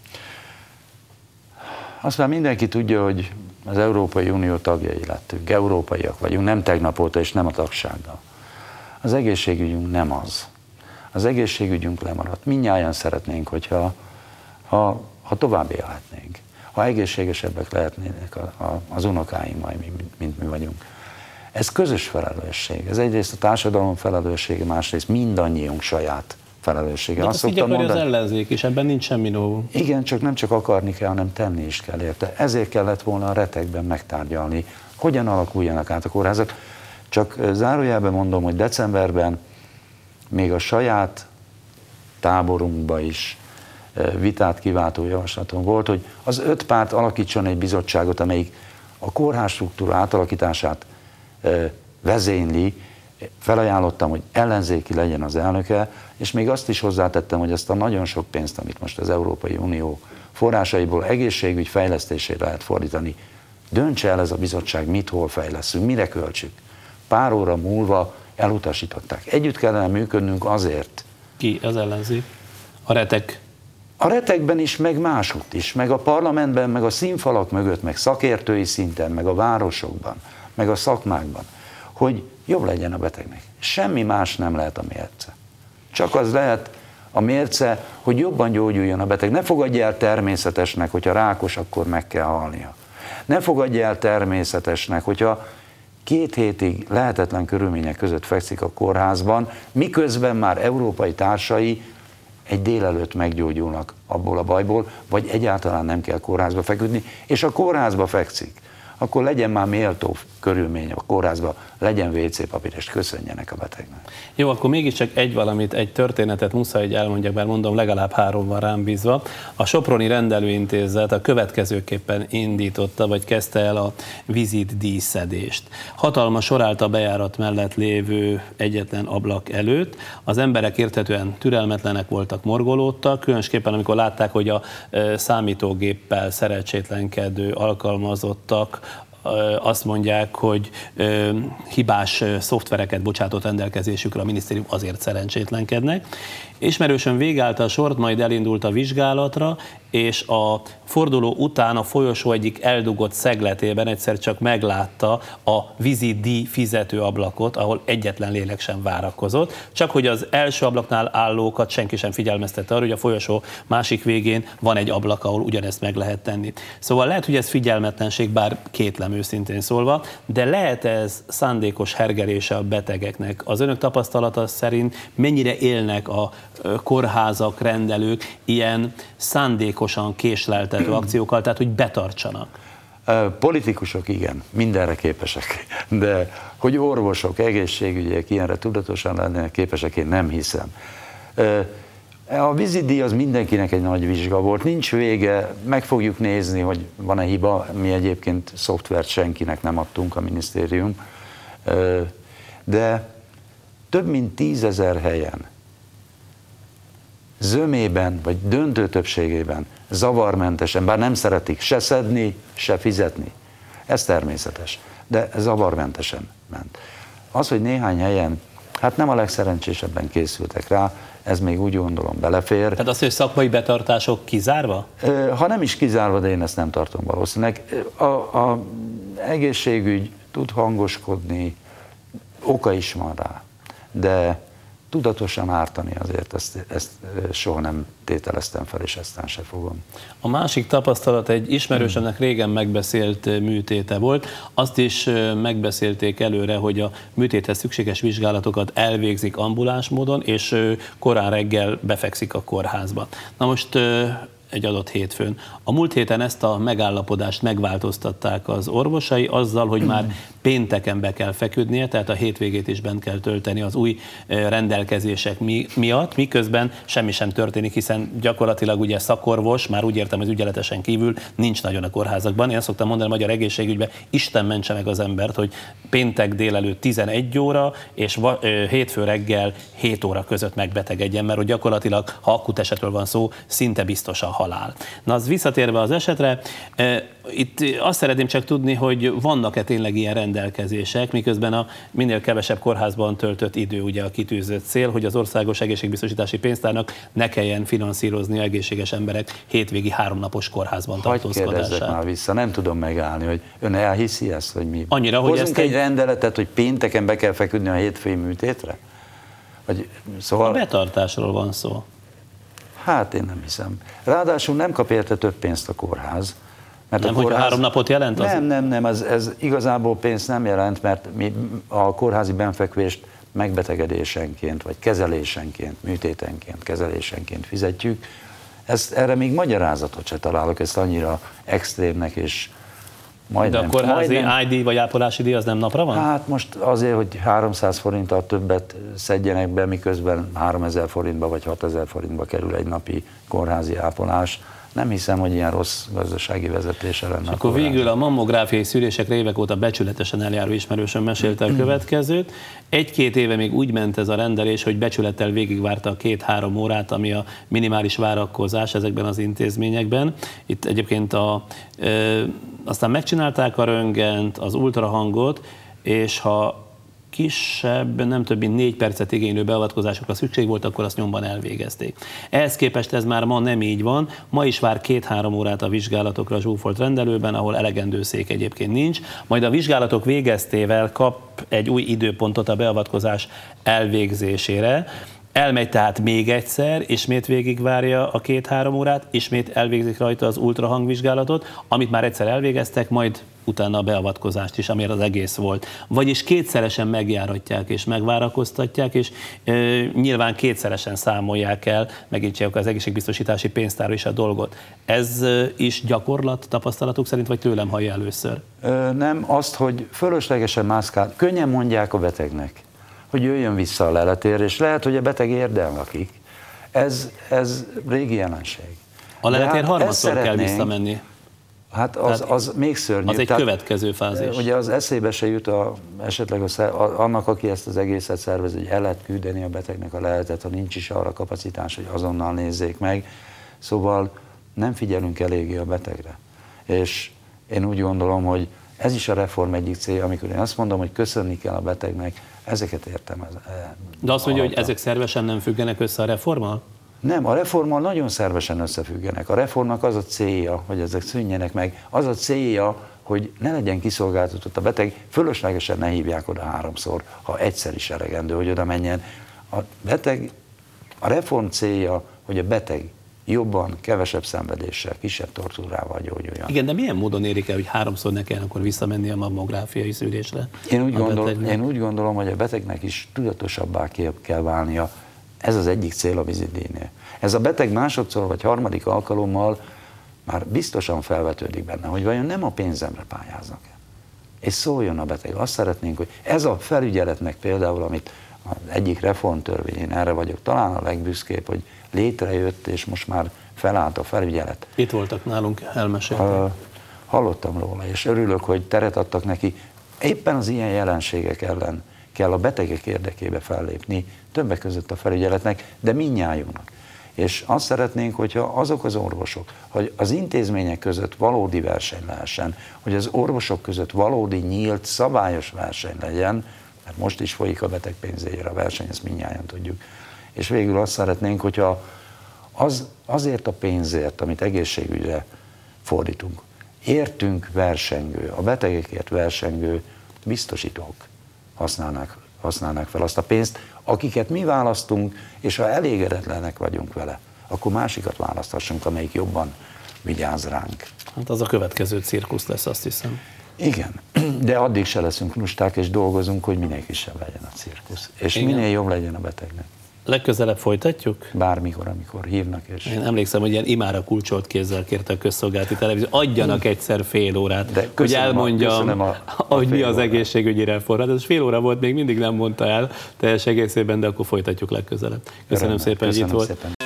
Azt már mindenki tudja, hogy az Európai Unió tagjai lettünk, európaiak vagyunk, nem tegnap óta és nem a tagsággal. Az egészségügyünk nem az. Az egészségügyünk lemaradt. Mindnyájan szeretnénk, hogyha ha, ha tovább élhetnénk, ha egészségesebbek lehetnének a, a, az unokáink majd, mint mi vagyunk. Ez közös felelősség. Ez egyrészt a társadalom felelőssége, másrészt mindannyiunk saját felelőssége. De azt így akarja mondani, az ellenzék, és ebben nincs semmi novum. Igen, csak nem csak akarni kell, hanem tenni is kell érte. Ezért kellett volna a retekben megtárgyalni, hogyan alakuljanak át a kórházak. Csak zárójelben mondom, hogy decemberben még a saját táborunkba is vitát kiváltó javaslatom volt, hogy az öt párt alakítson egy bizottságot, amelyik a kórház struktúra átalakítását vezényli. Felajánlottam, hogy ellenzéki legyen az elnöke, és még azt is hozzátettem, hogy azt a nagyon sok pénzt, amit most az Európai Unió forrásaiból egészségügy fejlesztésére lehet fordítani, döntse el ez a bizottság, mit hol fejleszünk, mire költsük. Pár óra múlva elutasították. Együtt kellene működnünk azért. Ki az ellenzék? A retek? A retekben is, meg másutt is, meg a parlamentben, meg a színfalak mögött, meg szakértői szinten, meg a városokban, meg a szakmákban, hogy jobb legyen a betegnek. Semmi más nem lehet a mérce. Csak az lehet a mérce, hogy jobban gyógyuljon a beteg. Ne fogadja el természetesnek, hogyha rákos, akkor meg kell halnia. Ne fogadja el természetesnek, hogyha két hétig lehetetlen körülmények között fekszik a kórházban, miközben már európai társai egy délelőtt meggyógyulnak abból a bajból, vagy egyáltalán nem kell kórházba feküdni, és a kórházba fekszik, akkor legyen már méltó körülmény a kórházba, legyen vé cé papír, és köszönjenek a betegnek. Jó, akkor mégiscsak egy valamit, egy történetet muszáj, hogy elmondjak, mert mondom, legalább három van rám bízva. A Soproni Rendelőintézet a következőképpen indította, vagy kezdte el a vizit díjszedést. Hatalmas sor állt a bejárat mellett lévő egyetlen ablak előtt. Az emberek érthetően türelmetlenek voltak, morgolódtak, különösképpen amikor látták, hogy a számítógéppel szerencsétlenkedő alkalmazottak azt mondják, hogy hibás szoftvereket bocsátott rendelkezésükre a minisztérium, azért szerencsétlenkednek. Ismerősön végállta a sort, majd elindult a vizsgálatra, és a forduló után a folyosó egyik eldugott szegletében egyszer csak meglátta a vízidíj fizetőablakot, ahol egyetlen lélek sem várakozott, csak hogy az első ablaknál állókat senki sem figyelmeztette arra, hogy a folyosó másik végén van egy ablak, ahol ugyanezt meg lehet tenni. Szóval lehet, hogy ez figyelmetlenség, bár kétlem őszintén szólva, de lehet ez szándékos hergelése a betegeknek. Az önök tapasztalata szerint mennyire élnek a kórházak, rendelők ilyen szándékosan késleltető akciókkal, tehát hogy betartsanak? Politikusok igen, mindenre képesek, de hogy orvosok, egészségügyiek ilyenre tudatosan lennének képesek, én nem hiszem. A vízidíj az mindenkinek egy nagy vizsga volt, nincs vége, meg fogjuk nézni, hogy van-e hiba, mi egyébként szoftvert senkinek nem adtunk, a minisztérium, de több mint tízezer helyen, zömében, vagy döntő többségében zavarmentesen, bár nem szeretik se szedni, se fizetni. Ez természetes, de zavarmentesen ment. Az, hogy néhány helyen, hát nem a legszerencsésebben készültek rá, ez még úgy gondolom belefér. Tehát az, hogy szakmai betartások kizárva? Ha nem is kizárva, de én ezt nem tartom valószínűleg. A, a egészségügy tud hangoskodni, oka is van rá, de tudatosan ártani azért, ezt, ezt soha nem tételeztem fel, és eztán se fogom. A másik tapasztalat egy ismerősömnek régen megbeszélt műtéte volt. Azt is megbeszélték előre, hogy a műtéthez szükséges vizsgálatokat elvégzik ambuláns módon, és korán reggel befekszik a kórházba. Na most egy adott hétfőn. A múlt héten ezt a megállapodást megváltoztatták az orvosai azzal, hogy már pénteken be kell feküdnie, tehát a hétvégét is bent kell tölteni az új rendelkezések miatt, miközben semmi sem történik, hiszen gyakorlatilag ugye szakorvos, már úgy értem, az ügyeletesen kívül nincs nagyon a kórházakban. Én azt szoktam mondani a magyar egészségügyben, Isten mentse meg az embert, hogy péntek délelőtt tizenegy óra és hétfő reggel hét óra között megbetegedjen, mert hogy gyakorlatilag, ha akut esetről van szó, szinte biztos a halál. Na, az visszatérve az esetre, itt azt szeretném csak tudni, hogy vannak-e tényleg ilyen rendelkezések, miközben a minél kevesebb kórházban töltött idő ugye a kitűzött cél, hogy az Országos Egészségbiztosítási Pénztárnak ne kelljen finanszírozni egészséges emberek hétvégi háromnapos kórházban tartózkodását. Hadd kérdezzek már vissza, nem tudom megállni, hogy ön elhiszi ezt, hogy mi? Annyira, hogy hozunk ezt egy, egy rendeletet, hogy pénteken be kell feküdni a hétfői műtétre? Vagy, szóval... A betartásról van szó. Hát én nem hiszem. Ráadásul nem kap érte több pénzt a kórház. Mert nem, a kórház... hogy három napot jelent? Az... Nem, nem, nem, ez, ez igazából pénzt nem jelent, mert mi a kórházi benfekvést megbetegedésenként, vagy kezelésenként, műtétenként, kezelésenként fizetjük. Ezt, erre még magyarázatot se találok, ezt annyira extrémnek és majdnem... De a kórházi majdnem, I D vagy ápolási díj az nem napra van? Hát most azért, hogy háromszáz forinttal többet szedjenek be, miközben háromezer forintba vagy hatezer forintba kerül egy napi kórházi ápolás. Nem hiszem, hogy ilyen rossz gazdasági vezetése lenne. Akkor végül a mammográfiai szűrésekre évek óta becsületesen eljáró ismerősöm mesélte a következőt. Egy-két éve még úgy ment ez a rendelés, hogy becsülettel végigvárta a két-három órát, ami a minimális várakozás ezekben az intézményekben. Itt egyébként a, e, aztán megcsinálták a röntgent, az ultrahangot, és ha kisebb, nem több mint négy percet igénylő beavatkozásokra szükség volt, akkor azt nyomban elvégezték. Ehhez képest ez már ma nem így van, ma is vár két-három órát a vizsgálatokra a zsúfolt rendelőben, ahol elegendő szék egyébként nincs, majd a vizsgálatok végeztével kap egy új időpontot a beavatkozás elvégzésére, elmegy tehát még egyszer, ismét végigvárja a két-három órát, ismét elvégzik rajta az ultrahangvizsgálatot, amit már egyszer elvégeztek, majd utána a beavatkozást is, amire az egész volt. Vagyis kétszeresen megjáratják és megvárakoztatják, és e, nyilván kétszeresen számolják el, megint csak az egészségbiztosítási pénztár is a dolgot. Ez e, is gyakorlat tapasztalatuk szerint, vagy tőlem hallja először? Ö, nem, azt, hogy fölöslegesen mászkál, könnyen mondják a betegnek, hogy jöjjön vissza a leletérre, és lehet, hogy a beteg érden lakik. Ez, ez régi jelenség. A leletér hát harmadszor kell visszamenni. Hát az, az még szörnyű. Az egy Tehát, következő fázis. Ugye az eszébe se jut a, esetleg a, a, annak, aki ezt az egészet szervez, hogy el lehet küldeni a betegnek a leletet, ha nincs is arra kapacitás, hogy azonnal nézzék meg. Szóval nem figyelünk eléggé a betegre. És én úgy gondolom, hogy ez is a reform egyik célja, amikor én azt mondom, hogy köszönni kell a betegnek, ezeket értem. Ez, De azt mondja, hogy ezek szervesen nem függenek össze a reformmal? Nem, a reformmal nagyon szervesen összefüggenek. A reformnak az a célja, hogy ezek szűnjenek meg, az a célja, hogy ne legyen kiszolgáltatott a beteg, fölöslegesen ne hívják oda háromszor, ha egyszer is elegendő, hogy oda menjen. A beteg, a reform célja, hogy a beteg jobban, kevesebb szenvedéssel, kisebb tortúrával gyógyuljon. Igen, de milyen módon érik el, hogy háromszor ne kell akkor visszamenni a mammográfiai szűrésre? Én úgy, gondol, én úgy gondolom, hogy a betegnek is tudatosabbá kell válnia. Ez az egyik cél a vizitdíjnél. Ez a beteg másodszor vagy harmadik alkalommal már biztosan felvetődik benne, hogy vajon nem a pénzemre pályáznak-e. És szóljon a beteg. Azt szeretnénk, hogy ez a felügyeletnek például, amit az egyik reformtörvény, én erre vagyok talán a legbüszkébb, hogy létrejött, és most már felállt a felügyelet. Itt voltak nálunk, elmesélték. Uh, hallottam róla, és örülök, hogy teret adtak neki. Éppen az ilyen jelenségek ellen kell a betegek érdekébe fellépni, többek között a felügyeletnek, de mindnyájunknak. És azt szeretnénk, hogyha azok az orvosok, hogy az intézmények között valódi verseny lehessen, hogy az orvosok között valódi, nyílt, szabályos verseny legyen, mert most is folyik a beteg pénzéért a verseny, ezt mindnyájan tudjuk. És végül azt szeretnénk, hogyha az, azért a pénzért, amit egészségügyre fordítunk, értünk versengő, a betegekért versengő biztosítók használnák, használnák fel azt a pénzt, akiket mi választunk, és ha elégedetlenek vagyunk vele, akkor másikat választhassunk, amelyik jobban vigyáz ránk. Hát az a következő cirkusz lesz, azt hiszem. Igen, de addig se leszünk lusták, és dolgozunk, hogy minél kisebb legyen a cirkusz, és Igen. minél jobb legyen a betegnek. Legközelebb folytatjuk? Bármikor, amikor hívnak. És... Én emlékszem, hogy ilyen imára kulcsolt kézzel kérte a közszolgálati televízió, adjanak egyszer fél órát, De hogy elmondjam, a, a, a hogy mi az órát. egészségügyi reform. Hát ez fél óra volt, még mindig nem mondta el teljes egészében, de akkor folytatjuk legközelebb. Köszönöm Örömmel. szépen, Köszönöm hogy itt volt. Szépen.